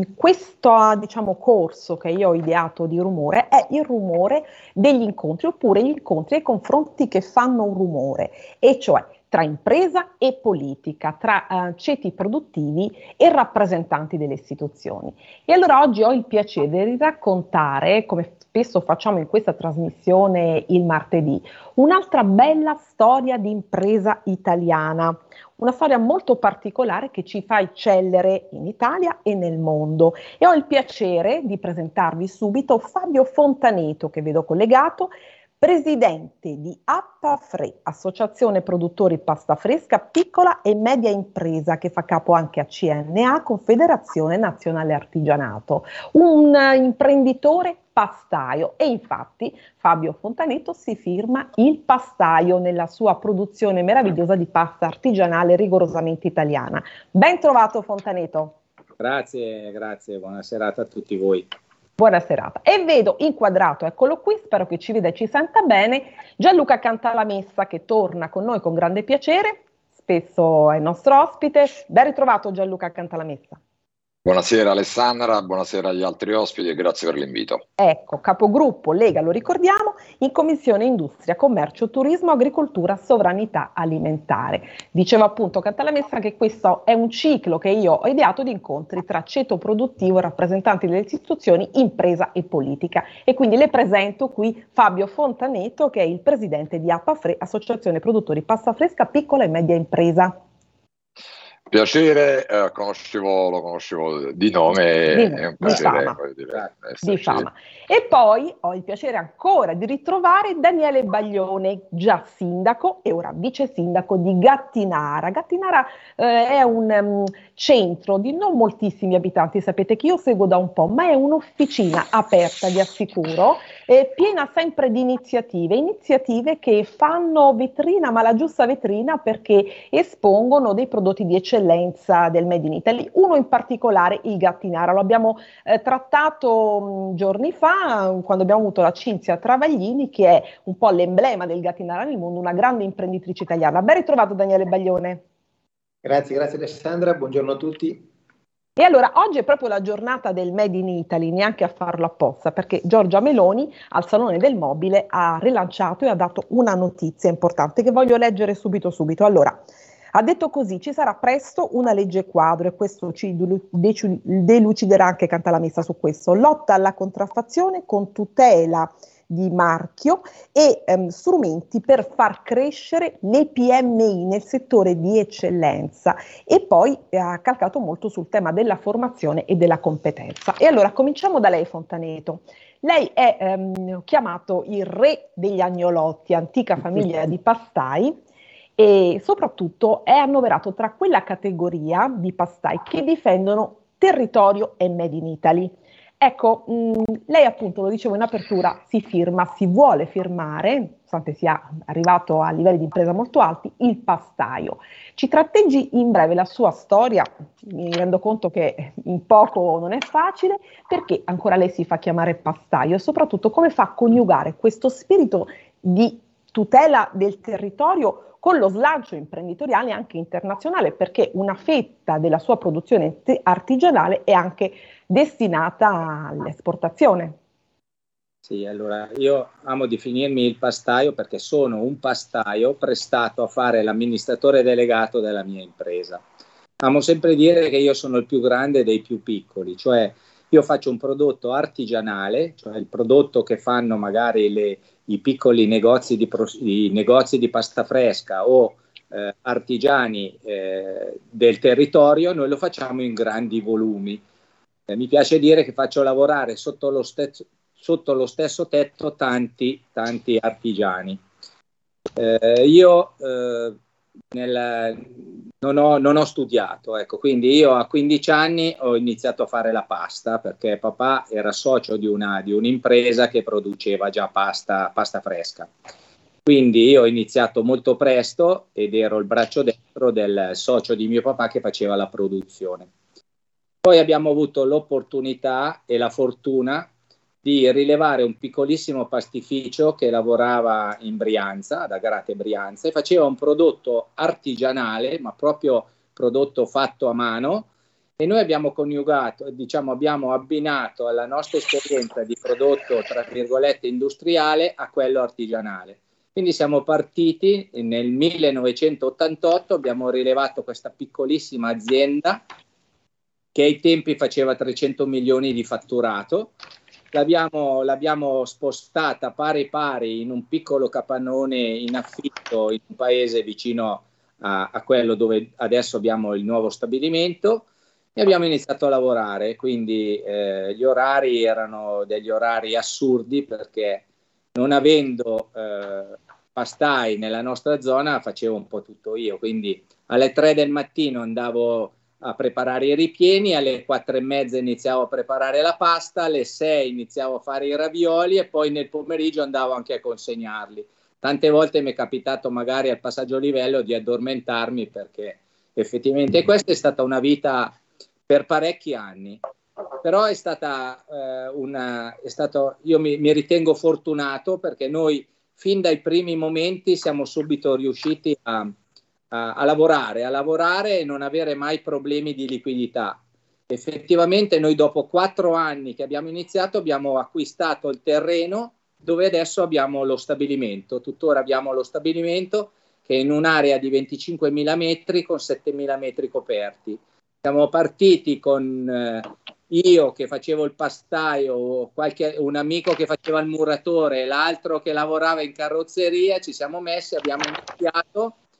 Questo, corso che io ho ideato di rumore è il rumore degli incontri, oppure gli incontri e confronti che fanno un rumore, e cioè tra impresa e politica, tra ceti produttivi e rappresentanti delle istituzioni. E allora oggi ho il piacere di raccontare, come spesso facciamo in questa trasmissione il martedì, un'altra bella storia di impresa italiana, una storia molto particolare che ci fa eccellere in Italia e nel mondo. E ho il piacere di presentarvi subito Fabio Fontaneto, che vedo collegato, presidente di APAFRE, Associazione Produttori Pasta Fresca, piccola e media impresa, che fa capo anche a CNA, Confederazione Nazionale Artigianato, un imprenditore pastaio, e infatti Fabio Fontaneto si firma il pastaio nella sua produzione meravigliosa di pasta artigianale rigorosamente italiana. Ben trovato Fontaneto. Grazie, buona serata a tutti voi. Buona serata. E vedo inquadrato, eccolo qui, spero che ci veda e ci senta bene, Gianluca Cantalamessa, che torna con noi con grande piacere, spesso è il nostro ospite. Ben ritrovato Gianluca Cantalamessa. Buonasera Alessandra, buonasera agli altri ospiti e grazie per l'invito. Ecco, capogruppo Lega, lo ricordiamo, in Commissione Industria, Commercio, Turismo, Agricoltura, Sovranità Alimentare. Diceva appunto Cantalamessa che questo è un ciclo che io ho ideato di incontri tra ceto produttivo, rappresentanti delle istituzioni, impresa e politica. E quindi le presento qui Fabio Fontaneto, che è il presidente di APAFRE, Associazione Produttori Pasta Fresca, piccola e media impresa. Piacere, lo conoscevo di nome, è un piacere di fama. E poi ho il piacere ancora di ritrovare Daniele Baglione, già sindaco e ora vice sindaco di Gattinara. Gattinara è un centro di non moltissimi abitanti, sapete che io seguo da un po', ma è un'officina aperta, vi assicuro, piena sempre di iniziative che fanno vetrina, ma la giusta vetrina, perché espongono dei prodotti di eccellenza del Made in Italy. Uno in particolare, il Gattinara, lo abbiamo trattato giorni fa quando abbiamo avuto la Cinzia Travaglini, che è un po' l'emblema del Gattinara nel mondo, una grande imprenditrice italiana. Ben ritrovato Daniele Baglione. Grazie Alessandra, buongiorno a tutti. E allora, oggi è proprio la giornata del Made in Italy, neanche a farlo apposta, perché Giorgia Meloni al Salone del Mobile ha rilanciato e ha dato una notizia importante che voglio leggere subito. Allora, ha detto così: ci sarà presto una legge quadro, e questo ci deluciderà anche Cantalamessa su questo. Lotta alla contraffazione con tutela di marchio e strumenti per far crescere le PMI nel settore di eccellenza, e poi ha calcato molto sul tema della formazione e della competenza. E allora cominciamo da lei, Fontaneto. Lei è chiamato il re degli agnolotti, antica famiglia di pastai, e soprattutto è annoverato tra quella categoria di pastai che difendono territorio e Made in Italy. Ecco, lei appunto, lo dicevo in apertura, si vuole firmare, nonostante sia arrivato a livelli di impresa molto alti, il pastaio. Ci tratteggi in breve la sua storia, mi rendo conto che in poco non è facile, perché ancora lei si fa chiamare pastaio e soprattutto come fa a coniugare questo spirito di tutela del territorio con lo slancio imprenditoriale anche internazionale, perché una fetta della sua produzione artigianale è anche destinata all'esportazione. Sì, allora io amo definirmi il pastaio perché sono un pastaio prestato a fare l'amministratore delegato della mia impresa. Amo sempre dire che io sono il più grande dei più piccoli, cioè io faccio un prodotto artigianale, cioè il prodotto che fanno magari i piccoli negozi di pasta fresca o artigiani del territorio, noi lo facciamo in grandi volumi. Mi piace dire che faccio lavorare sotto lo stesso tetto tanti artigiani. Io non ho studiato, ecco, quindi io a 15 anni ho iniziato a fare la pasta perché papà era socio di un'impresa che produceva già pasta fresca. Quindi io ho iniziato molto presto ed ero il braccio destro del socio di mio papà che faceva la produzione. Poi abbiamo avuto l'opportunità e la fortuna di rilevare un piccolissimo pastificio che lavorava in Brianza, ad Agrate Brianza, e faceva un prodotto artigianale, ma proprio prodotto fatto a mano, e noi abbiamo coniugato, abbiamo abbinato alla nostra esperienza di prodotto, tra virgolette, industriale a quello artigianale. Quindi siamo partiti nel 1988, abbiamo rilevato questa piccolissima azienda che ai tempi faceva 300 milioni di fatturato. L'abbiamo spostata pari in un piccolo capannone in affitto in un paese vicino a quello dove adesso abbiamo il nuovo stabilimento e abbiamo iniziato a lavorare. Quindi gli orari erano degli orari assurdi perché non avendo pastai nella nostra zona facevo un po' tutto io. Quindi alle 3 del mattino andavo a preparare i ripieni, alle 4:30 iniziavo a preparare la pasta, alle 6 iniziavo a fare i ravioli e poi nel pomeriggio andavo anche a consegnarli. Tante volte mi è capitato magari al passaggio a livello di addormentarmi perché effettivamente questa è stata una vita per parecchi anni, però io mi ritengo fortunato perché noi fin dai primi momenti siamo subito riusciti a lavorare e non avere mai problemi di liquidità. Effettivamente noi dopo 4 anni che abbiamo iniziato abbiamo acquistato il terreno dove adesso abbiamo lo stabilimento. Tuttora abbiamo lo stabilimento che è in un'area di 25.000 metri con 7.000 metri coperti. Siamo partiti con io che facevo il pastaio, un amico che faceva il muratore, l'altro che lavorava in carrozzeria, ci siamo messi, abbiamo iniziato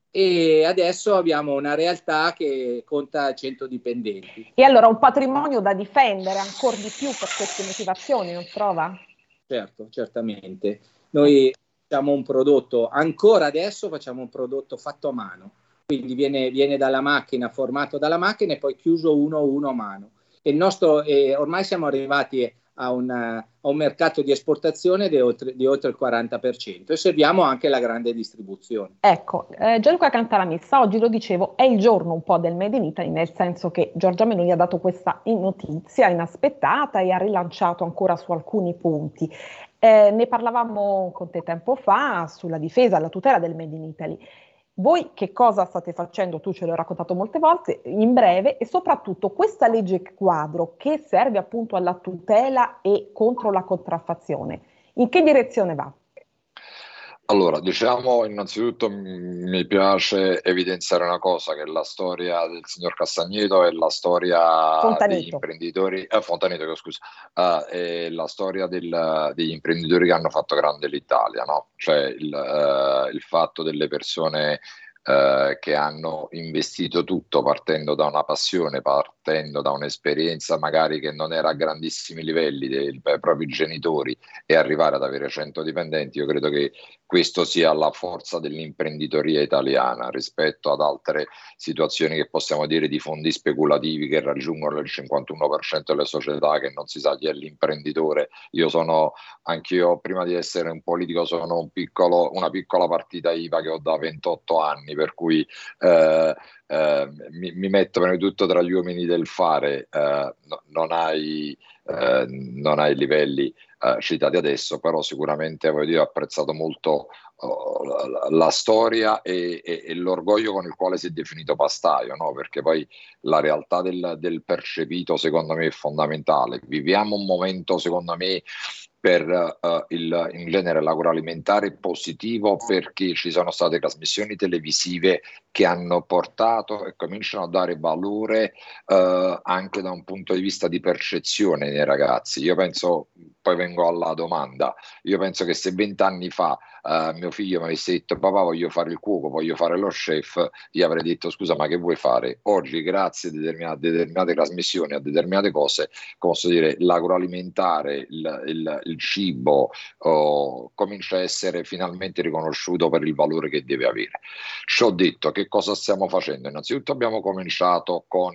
e adesso abbiamo una realtà che conta 100 dipendenti. E allora un patrimonio da difendere ancora di più per queste motivazioni, non trova? Certo, certamente. Noi facciamo un prodotto, ancora adesso facciamo un prodotto fatto a mano, quindi viene dalla macchina, formato dalla macchina e poi chiuso uno a uno a mano. E il nostro, ormai siamo arrivati a un mercato di esportazione di oltre il 40% e serviamo anche la grande distribuzione. Ecco, Gianluca Cantalamessa, oggi lo dicevo, è il giorno un po' del Made in Italy, nel senso che Giorgia Meloni ha dato questa notizia inaspettata e ha rilanciato ancora su alcuni punti. Ne parlavamo con te tempo fa sulla difesa, la tutela del Made in Italy. Voi che cosa state facendo? Tu ce l'hai raccontato molte volte, in breve, e soprattutto questa legge quadro che serve appunto alla tutela e contro la contraffazione, in che direzione va? Allora, diciamo innanzitutto mi piace evidenziare una cosa, che la storia del signor Castagneto è la storia degli imprenditori, Fontaneto, scusa, è la storia degli imprenditori che hanno fatto grande l'Italia, no? Cioè il fatto delle persone che hanno investito tutto partendo da una passione, partendo da un'esperienza magari che non era a grandissimi livelli dei propri genitori e arrivare ad avere 100 dipendenti. Io credo che questo sia la forza dell'imprenditoria italiana rispetto ad altre situazioni che possiamo dire di fondi speculativi che raggiungono il 51% delle società, che non si sa chi è l'imprenditore. Anch'io prima di essere un politico sono una piccola partita IVA che ho da 28 anni, per cui mi metto prima di tutto tra gli uomini del fare, non hai livelli citati adesso, però sicuramente ho apprezzato molto la storia e l'orgoglio con il quale si è definito pastaio, no? Perché poi la realtà del percepito secondo me è fondamentale. Viviamo un momento secondo me per in genere l'agroalimentare positivo, perché ci sono state trasmissioni televisive che hanno portato e cominciano a dare valore anche da un punto di vista di percezione nei ragazzi. Io penso, poi vengo alla domanda, io penso che se 20 anni fa mio figlio mi avesse detto papà voglio fare il cuoco, voglio fare lo chef, io avrei detto scusa ma che vuoi fare? Oggi grazie a determinate trasmissioni, a determinate cose, come posso dire, l'agroalimentare, il cibo comincia a essere finalmente riconosciuto per il valore che deve avere. Ciò detto, che cosa stiamo facendo? Innanzitutto abbiamo cominciato con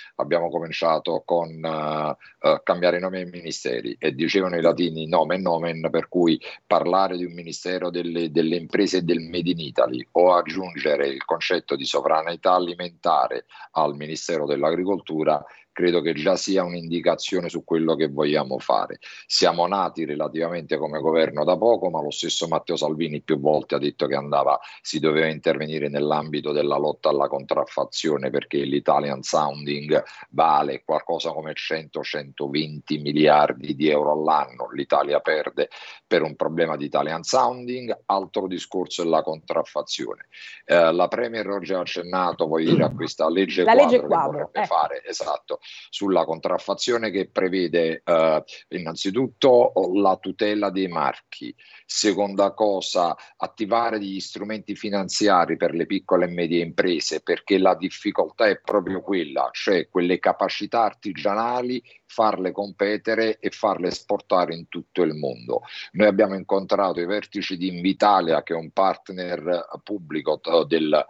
cambiare i nomi ai ministeri, e dicevano i latini nomen nomen, per cui parlare di un ministero delle imprese e del Made in Italy o aggiungere il concetto di sovranità alimentare al Ministero dell'Agricoltura credo che già sia un'indicazione su quello che vogliamo fare. Siamo nati relativamente come governo da poco, ma lo stesso Matteo Salvini più volte ha detto che si doveva intervenire nell'ambito della lotta alla contraffazione, perché l'Italian Sounding vale qualcosa come 100-120 miliardi di euro all'anno. L'Italia perde per un problema di Italian Sounding. Altro discorso è la contraffazione. La Premier oggi ha accennato, voglio dire, a questa legge quadro che vorrebbe fare, esatto, sulla contraffazione, che prevede innanzitutto la tutela dei marchi, seconda cosa attivare degli strumenti finanziari per le piccole e medie imprese, perché la difficoltà è proprio quella, cioè quelle capacità artigianali farle competere e farle esportare in tutto il mondo. Noi abbiamo incontrato i vertici di Invitalia, che è un partner pubblico del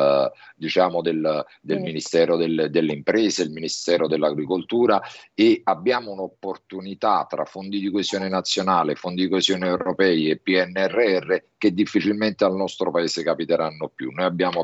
Ministero delle Imprese, il Ministero dell'Agricoltura, e abbiamo un'opportunità tra fondi di coesione nazionale, fondi di coesione europei e PNRR che difficilmente al nostro paese capiteranno più. Noi abbiamo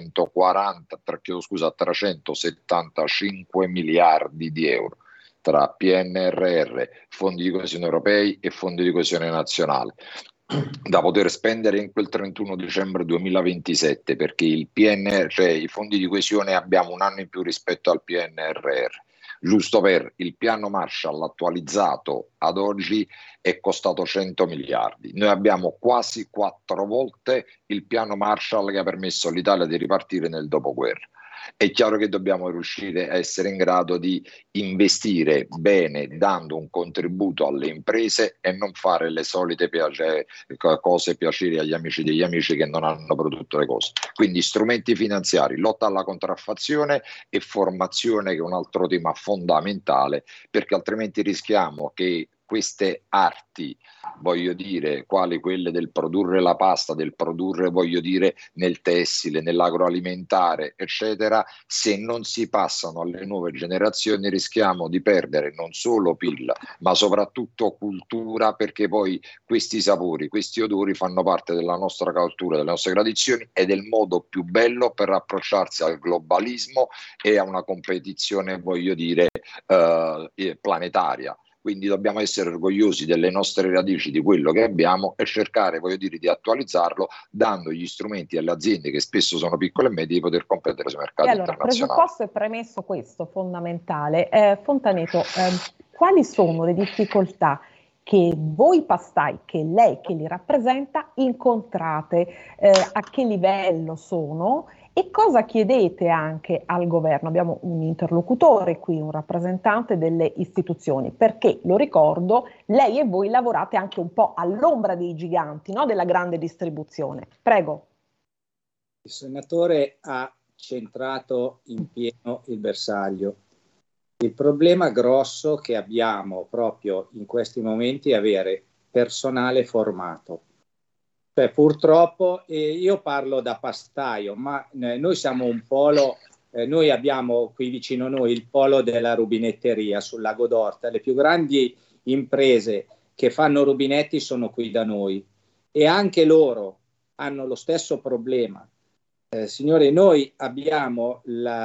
375 miliardi di euro tra PNRR, fondi di coesione europei e fondi di coesione nazionale, da poter spendere in quel 31 dicembre 2027, perché il PNR, cioè i fondi di coesione, abbiamo un anno in più rispetto al PNRR. Giusto per il piano Marshall attualizzato ad oggi è costato 100 miliardi. Noi abbiamo quasi 4 volte il piano Marshall che ha permesso all'Italia di ripartire nel dopoguerra. È chiaro che dobbiamo riuscire a essere in grado di investire bene, dando un contributo alle imprese e non fare le solite cose piacere agli amici degli amici che non hanno prodotto le cose. Quindi strumenti finanziari, lotta alla contraffazione e formazione, che è un altro tema fondamentale, perché altrimenti rischiamo che queste arti, voglio dire, quali quelle del produrre la pasta, del produrre, voglio dire, nel tessile, nell'agroalimentare, eccetera, se non si passano alle nuove generazioni rischiamo di perdere non solo PIL, ma soprattutto cultura, perché poi questi sapori, questi odori fanno parte della nostra cultura, delle nostre tradizioni ed è il modo più bello per approcciarsi al globalismo e a una competizione, voglio dire, planetaria. Quindi dobbiamo essere orgogliosi delle nostre radici, di quello che abbiamo e cercare, voglio dire, di attualizzarlo, dando gli strumenti alle aziende che spesso sono piccole e medie di poter competere sui mercati internazionali. Presupposto e premesso questo fondamentale, Fontaneto, quali sono le difficoltà che voi pastai, che lei che li rappresenta, incontrate, a che livello sono? E cosa chiedete anche al governo? Abbiamo un interlocutore qui, un rappresentante delle istituzioni, perché, lo ricordo, lei e voi lavorate anche un po' all'ombra dei giganti, no? Della grande distribuzione. Prego. Il senatore ha centrato in pieno il bersaglio. Il problema grosso che abbiamo proprio in questi momenti è avere personale formato. Cioè, purtroppo, io parlo da pastaio, ma noi siamo un polo, noi abbiamo qui vicino a noi il polo della rubinetteria sul Lago d'Orta. Le più grandi imprese che fanno rubinetti sono qui da noi e anche loro hanno lo stesso problema. Signori, noi abbiamo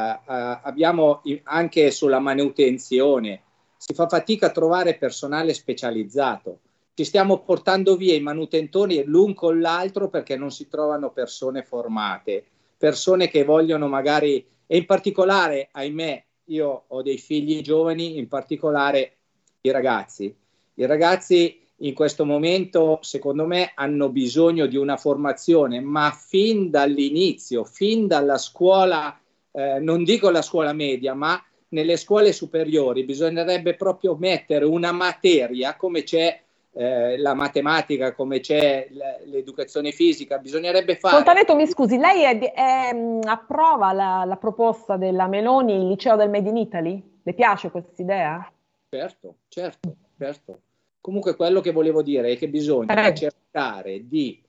anche sulla manutenzione, si fa fatica a trovare personale specializzato. Ci stiamo portando via i manutentori l'un con l'altro perché non si trovano persone formate, persone che vogliono magari, e in particolare, ahimè, io ho dei figli giovani, in particolare i ragazzi. I ragazzi in questo momento, secondo me, hanno bisogno di una formazione, ma fin dall'inizio, fin dalla scuola, non dico la scuola media, ma nelle scuole superiori bisognerebbe proprio mettere una materia come c'è la matematica, come c'è l'educazione fisica, bisognerebbe fare. Fontaneto, mi scusi, lei approva la proposta della Meloni, il liceo del Made in Italy? Le piace questa idea? Certo. Comunque quello che volevo dire è che bisogna cercare di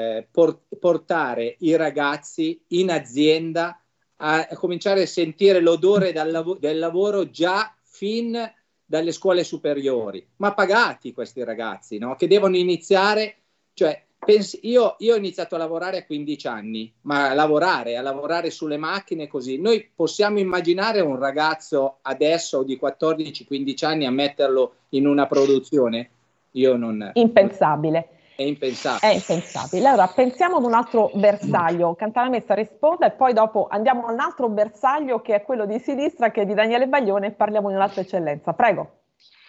portare i ragazzi in azienda a cominciare a sentire l'odore del lavoro già fin dalle scuole superiori, ma pagati questi ragazzi, no? Che devono iniziare, cioè io ho iniziato a lavorare a 15 anni, ma a lavorare sulle macchine così. Noi possiamo immaginare un ragazzo adesso di 14-15 anni a metterlo in una produzione? Io non... Impensabile. È impensabile. È impensabile. Allora, pensiamo ad un altro bersaglio. Cantalamessa risponda e poi dopo andiamo a un altro bersaglio che è quello di sinistra, che è di Daniele Baglione, e parliamo di un'altra eccellenza. Prego.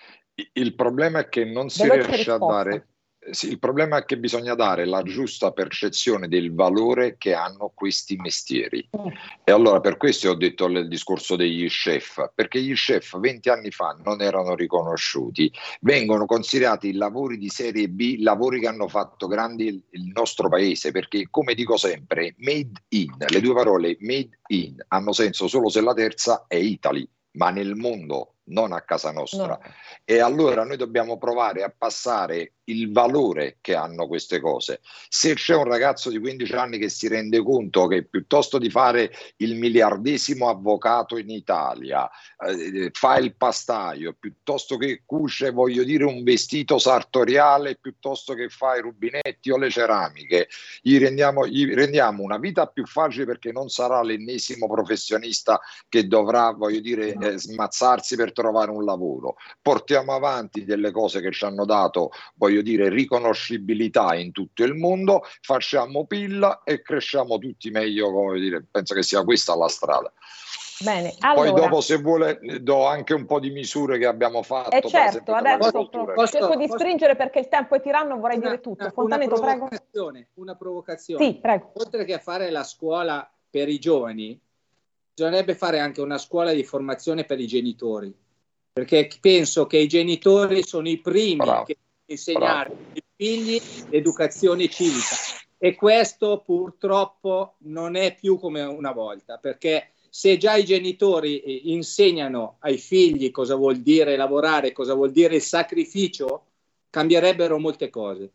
Il problema è che non si riesce a dare... Sì, il problema è che bisogna dare la giusta percezione del valore che hanno questi mestieri. E allora per questo ho detto il discorso degli chef, perché gli chef 20 anni fa non erano riconosciuti, vengono considerati lavori di serie B, lavori che hanno fatto grandi il nostro paese, perché come dico sempre, made in, le due parole made in hanno senso solo se la terza è Italy, ma nel mondo, non a casa nostra. No. E allora noi dobbiamo provare a passare il valore che hanno queste cose. Se c'è un ragazzo di 15 anni che si rende conto che piuttosto di fare il miliardesimo avvocato in Italia, fa il pastaio, piuttosto che cuce, voglio dire, un vestito sartoriale, piuttosto che fa i rubinetti o le ceramiche, gli rendiamo una vita più facile, perché non sarà l'ennesimo professionista che dovrà, voglio dire, smazzarsi per trovare un lavoro. Portiamo avanti delle cose che ci hanno dato, voglio dire, riconoscibilità in tutto il mondo, facciamo PIL e cresciamo tutti meglio, come dire, penso che sia questa la strada. Bene, allora, poi dopo, se vuole, do anche un po' di misure che abbiamo fatto. Certo, adesso cerco di stringere perché il tempo è tiranno, vorrei dire tutto. Fontaneto, prego. Una provocazione. Sì, prego. Oltre che a fare la scuola per i giovani, bisognerebbe fare anche una scuola di formazione per i genitori, perché penso che i genitori sono i primi che insegnare ai figli l'educazione civica, e questo purtroppo non è più come una volta, perché se già i genitori insegnano ai figli cosa vuol dire lavorare, cosa vuol dire il sacrificio, cambierebbero molte cose.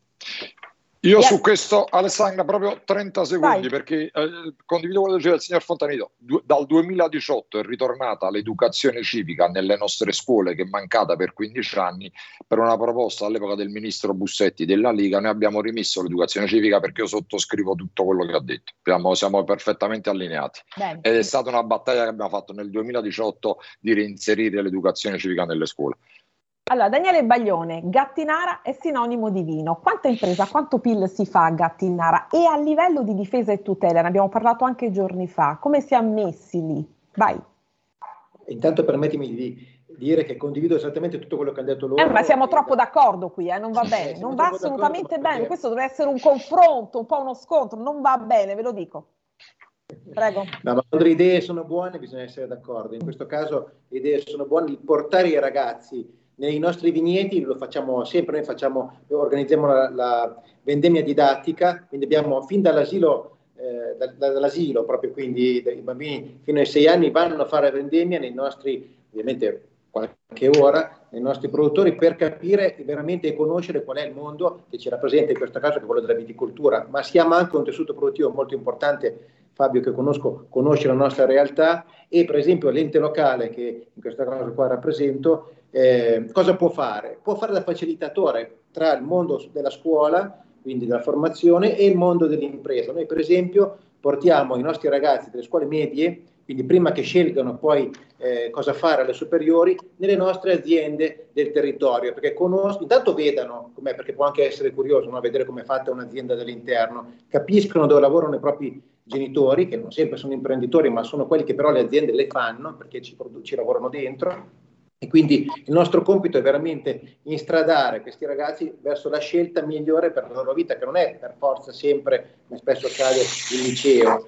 Io su questo, Alessandra, proprio 30 secondi, perché condivido quello che diceva il signor Fontanito. Dal 2018 è ritornata l'educazione civica nelle nostre scuole, che è mancata per 15 anni, per una proposta all'epoca del ministro Bussetti della Lega. Noi abbiamo rimesso l'educazione civica, perché io sottoscrivo tutto quello che ha detto. Siamo perfettamente allineati. Bene. Ed è stata una battaglia che abbiamo fatto nel 2018 di reinserire l'educazione civica nelle scuole. Allora, Daniele Baglione, Gattinara è sinonimo di vino. Quanta impresa, quanto PIL si fa a Gattinara? E a livello di difesa e tutela, ne abbiamo parlato anche giorni fa, come si è messi lì? Vai. Intanto permettimi di dire che condivido esattamente tutto quello che hanno detto loro. Ma siamo troppo d'accordo qui, non va bene, non va assolutamente bene. Questo deve essere un confronto, un po' uno scontro, non va bene, ve lo dico. Prego. No, ma quando le idee sono buone bisogna essere d'accordo. In questo caso le idee sono buone, di portare i ragazzi nei nostri vigneti, lo facciamo sempre, organizziamo la vendemmia didattica, quindi abbiamo fin dall'asilo, dall'asilo proprio, quindi i bambini fino ai 6 anni vanno a fare vendemmia nei nostri, ovviamente qualche ora, nei nostri produttori, per capire veramente e conoscere qual è il mondo che ci rappresenta, in questo caso che è quello della viticoltura, ma siamo anche un tessuto produttivo molto importante. Fabio, che conosce la nostra realtà, e per esempio l'ente locale, che in questo caso qua rappresento, cosa può fare? Può fare da facilitatore tra il mondo della scuola, quindi della formazione, e il mondo dell'impresa. Noi per esempio portiamo i nostri ragazzi delle scuole medie, quindi prima che scelgano poi cosa fare alle superiori, nelle nostre aziende del territorio, perché intanto vedano com'è, perché può anche essere curioso, no? Vedere come è fatta un'azienda dall'interno, capiscono dove lavorano i propri genitori, che non sempre sono imprenditori, ma sono quelli che però le aziende le fanno, perché ci lavorano dentro. E quindi il nostro compito è veramente instradare questi ragazzi verso la scelta migliore per la loro vita, che non è per forza sempre, come spesso accade, il liceo.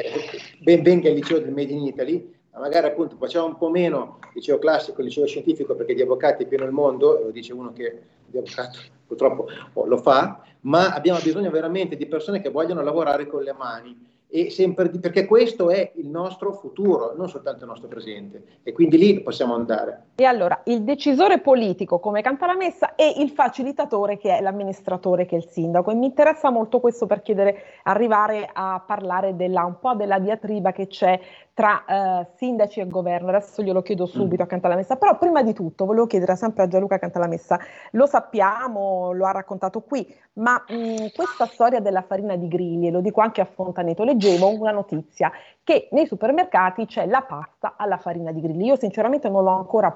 Ben venga il liceo del Made in Italy, ma magari appunto facciamo un po' meno liceo classico, liceo scientifico, perché di avvocati è pieno il mondo, lo dice uno che di avvocato purtroppo lo fa, ma abbiamo bisogno veramente di persone che vogliono lavorare con le mani. E sempre perché questo è il nostro futuro, non soltanto il nostro presente, e quindi lì possiamo andare. E allora il decisore politico come Cantalamessa e il facilitatore che è l'amministratore, che è il sindaco, e mi interessa molto questo per arrivare a parlare un po' della diatriba che c'è tra sindaci e governo. Adesso glielo chiedo subito a Cantalamessa, però prima di tutto volevo chiedere sempre a Gianluca Cantalamessa, lo sappiamo, lo ha raccontato qui, ma questa storia della farina di grilli, e lo dico anche a Fontaneto, leggevo una notizia che nei supermercati c'è la pasta alla farina di grilli. Io sinceramente non l'ho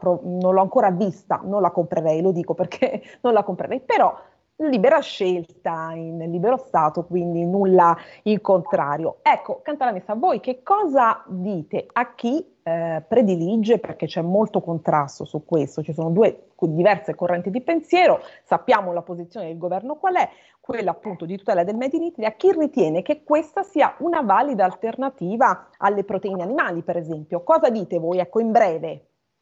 ancora vista, non la comprerei, lo dico perché non la comprerei, però libera scelta in libero stato, quindi nulla in contrario. Ecco, Cantalamessa, voi che cosa dite a chi predilige, perché c'è molto contrasto su questo, ci sono due diverse correnti di pensiero, sappiamo la posizione del governo qual è, quella appunto di tutela del Made in Italy, a chi ritiene che questa sia una valida alternativa alle proteine animali, per esempio. Cosa dite voi? Ecco, in breve.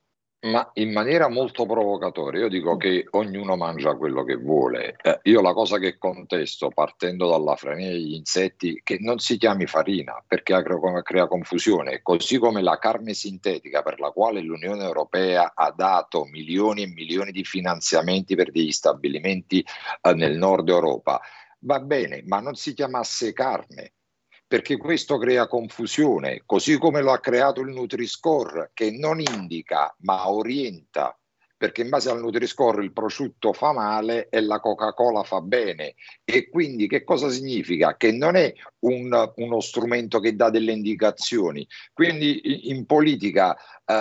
Ma in maniera molto provocatoria, io dico che ognuno mangia quello che vuole. Io la cosa che contesto, partendo dalla farina degli insetti, che non si chiami farina, perché crea confusione, così come la carne sintetica, per la quale l'Unione Europea ha dato milioni e milioni di finanziamenti per degli stabilimenti nel nord Europa. Va bene, ma non si chiamasse carne, perché questo crea confusione, così come lo ha creato il Nutri-Score, che non indica ma orienta, perché in base al Nutri-Score il prosciutto fa male e la Coca-Cola fa bene. E quindi che cosa significa? Che non è uno strumento che dà delle indicazioni. Quindi in politica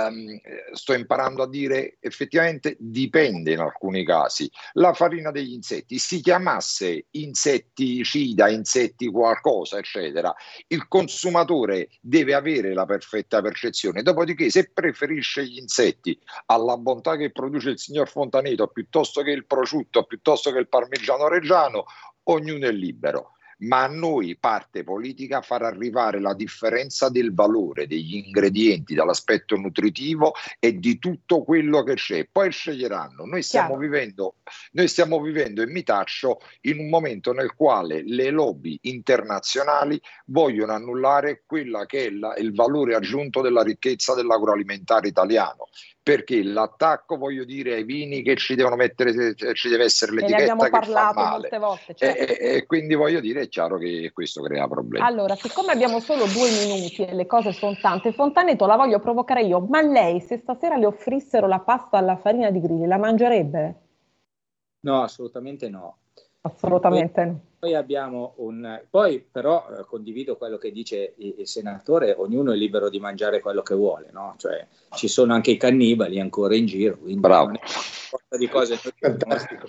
sto imparando a dire effettivamente dipende in alcuni casi. La farina degli insetti si chiamasse insetticida, insetti qualcosa, eccetera, il consumatore deve avere la perfetta percezione. Dopodiché, se preferisce gli insetti alla bontà che produce il signor Fontaneto piuttosto che il prosciutto, piuttosto che il parmigiano reggiano, ognuno è libero. ma a noi parte politica far arrivare la differenza del valore degli ingredienti, dall'aspetto nutritivo e di tutto quello che c'è. Poi sceglieranno. Noi stiamo vivendo, e mi taccio, in un momento nel quale le lobby internazionali vogliono annullare quella che è il valore aggiunto della ricchezza dell'agroalimentare italiano. Perché l'attacco, voglio dire, ai vini che ci devono mettere, ci deve essere l'etichetta che fa male. Molte volte, certo. E quindi voglio dire, è chiaro che questo crea problemi. Allora, siccome abbiamo solo 2 minuti e le cose sono tante, Fontaneto la voglio provocare io, ma lei se stasera le offrissero la pasta alla farina di grilli, la mangerebbe? No, assolutamente no. Assolutamente no. Poi abbiamo poi però condivido quello che dice il senatore, ognuno è libero di mangiare quello che vuole, no? Cioè ci sono anche i cannibali ancora in giro, quindi bravo. Non è una di cose fantastico.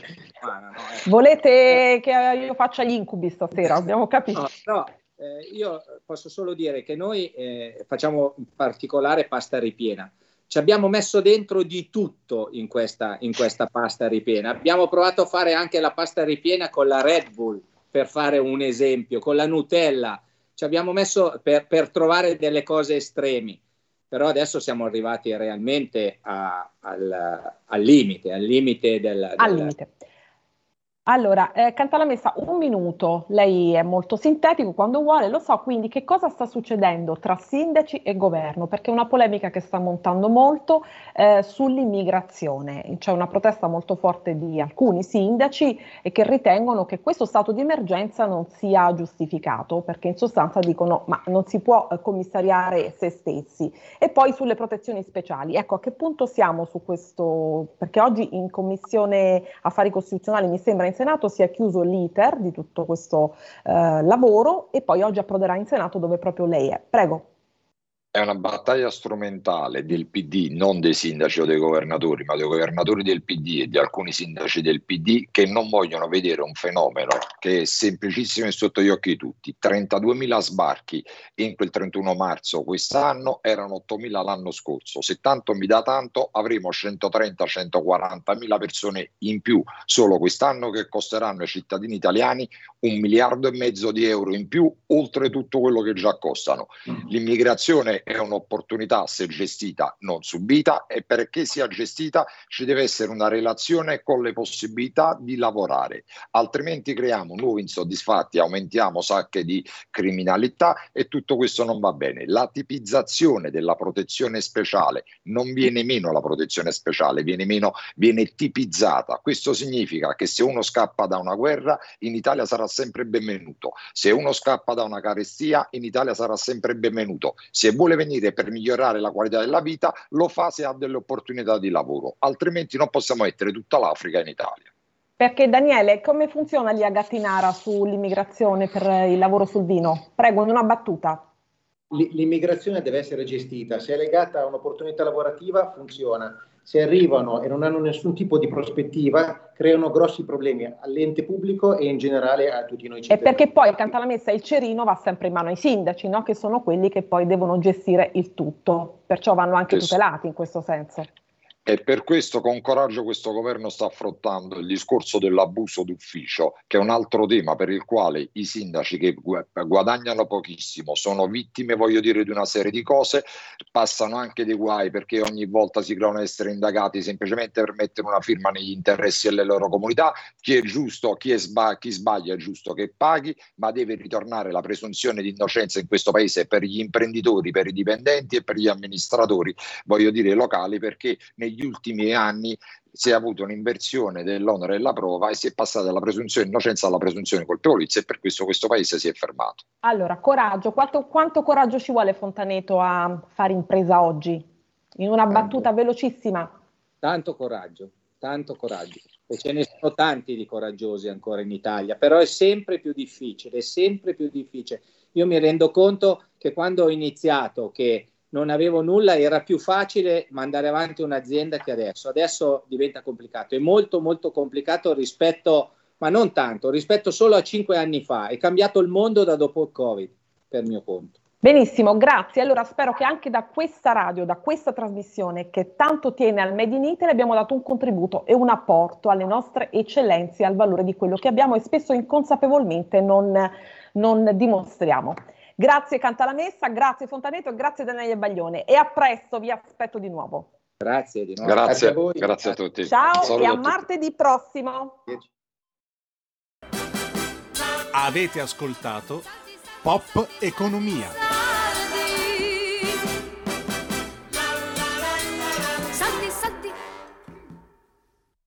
Volete che io faccia gli incubi stasera? Abbiamo capito. No, io posso solo dire che noi facciamo in particolare pasta ripiena. Ci abbiamo messo dentro di tutto in questa pasta ripiena. Abbiamo provato a fare anche la pasta ripiena con la Red Bull, per fare un esempio, con la Nutella. Ci abbiamo messo per trovare delle cose estremi, però adesso siamo arrivati realmente al limite del limite. Allora, Cantalamessa, 1 minuto, lei è molto sintetico quando vuole, lo so, quindi che cosa sta succedendo tra sindaci e governo? Perché è una polemica che sta montando molto sull'immigrazione, c'è una protesta molto forte di alcuni sindaci e che ritengono che questo stato di emergenza non sia giustificato, perché in sostanza dicono ma non si può commissariare se stessi. E poi sulle protezioni speciali, ecco a che punto siamo su questo, perché oggi in Commissione Affari Costituzionali mi sembra in Senato si è chiuso l'iter di tutto questo lavoro e poi oggi approderà in Senato dove proprio lei è. Prego. È una battaglia strumentale del PD, non dei sindaci o dei governatori, ma dei governatori del PD e di alcuni sindaci del PD che non vogliono vedere un fenomeno che è semplicissimo e sotto gli occhi di tutti. 32.000 sbarchi in quel 31 marzo quest'anno, erano 8.000 l'anno scorso. Se tanto mi dà tanto, avremo 130-140.000 persone in più solo quest'anno che costeranno ai cittadini italiani 1,5 miliardi di euro in più, oltre tutto quello che già costano. L'immigrazione è un'opportunità se gestita, non subita, e perché sia gestita ci deve essere una relazione con le possibilità di lavorare, altrimenti creiamo nuovi insoddisfatti, aumentiamo sacche di criminalità e tutto questo non va bene. La tipizzazione della protezione speciale, non viene meno la protezione speciale, viene tipizzata. Questo significa che se uno scappa da una guerra in Italia sarà sempre benvenuto, se uno scappa da una carestia in Italia sarà sempre benvenuto, se vuole venire per migliorare la qualità della vita lo fa se ha delle opportunità di lavoro, altrimenti non possiamo mettere tutta l'Africa in Italia. Perché Daniele, come funziona lì a Gattinara sull'immigrazione per il lavoro sul vino? Prego, in una battuta. L'immigrazione deve essere gestita, se è legata a un'opportunità lavorativa funziona, se arrivano e non hanno nessun tipo di prospettiva creano grossi problemi all'ente pubblico e in generale a tutti noi cittadini. E perché poi Cantalamessa il cerino va sempre in mano ai sindaci, no? Che sono quelli che poi devono gestire il tutto, perciò vanno anche tutelati in questo senso. E per questo con coraggio questo governo sta affrontando il discorso dell'abuso d'ufficio, che è un altro tema per il quale i sindaci che guadagnano pochissimo sono vittime, voglio dire, di una serie di cose, passano anche dei guai perché ogni volta si creano essere indagati semplicemente per mettere una firma negli interessi delle loro comunità. Chi è giusto, chi sbaglia è giusto che paghi, ma deve ritornare la presunzione di innocenza in questo paese per gli imprenditori, per i dipendenti e per gli amministratori, voglio dire, locali, perché negli ultimi anni si è avuto un'inversione dell'onere della prova e si è passata dalla presunzione di innocenza alla presunzione di colpevolezza e per questo paese si è fermato. Allora, coraggio, quanto coraggio ci vuole Fontaneto a fare impresa oggi? In una battuta velocissima. Tanto coraggio, e ce ne sono tanti di coraggiosi ancora in Italia, però è sempre più difficile. Io mi rendo conto che quando ho iniziato, che non avevo nulla, era più facile mandare avanti un'azienda che adesso diventa complicato, è molto molto complicato rispetto solo a 5 anni fa. È cambiato il mondo da dopo il Covid, per mio conto. Benissimo, grazie. Allora spero che anche da questa radio, da questa trasmissione che tanto tiene al Made in Italy, abbiamo dato un contributo e un apporto alle nostre eccellenze, al valore di quello che abbiamo e spesso inconsapevolmente non dimostriamo. Grazie Cantalamessa, grazie Fontanetto e grazie Daniele Baglione, e a presto, vi aspetto di nuovo. Grazie di nuovo. Grazie a tutti. Ciao e a martedì prossimo. Avete ascoltato Pop Economia.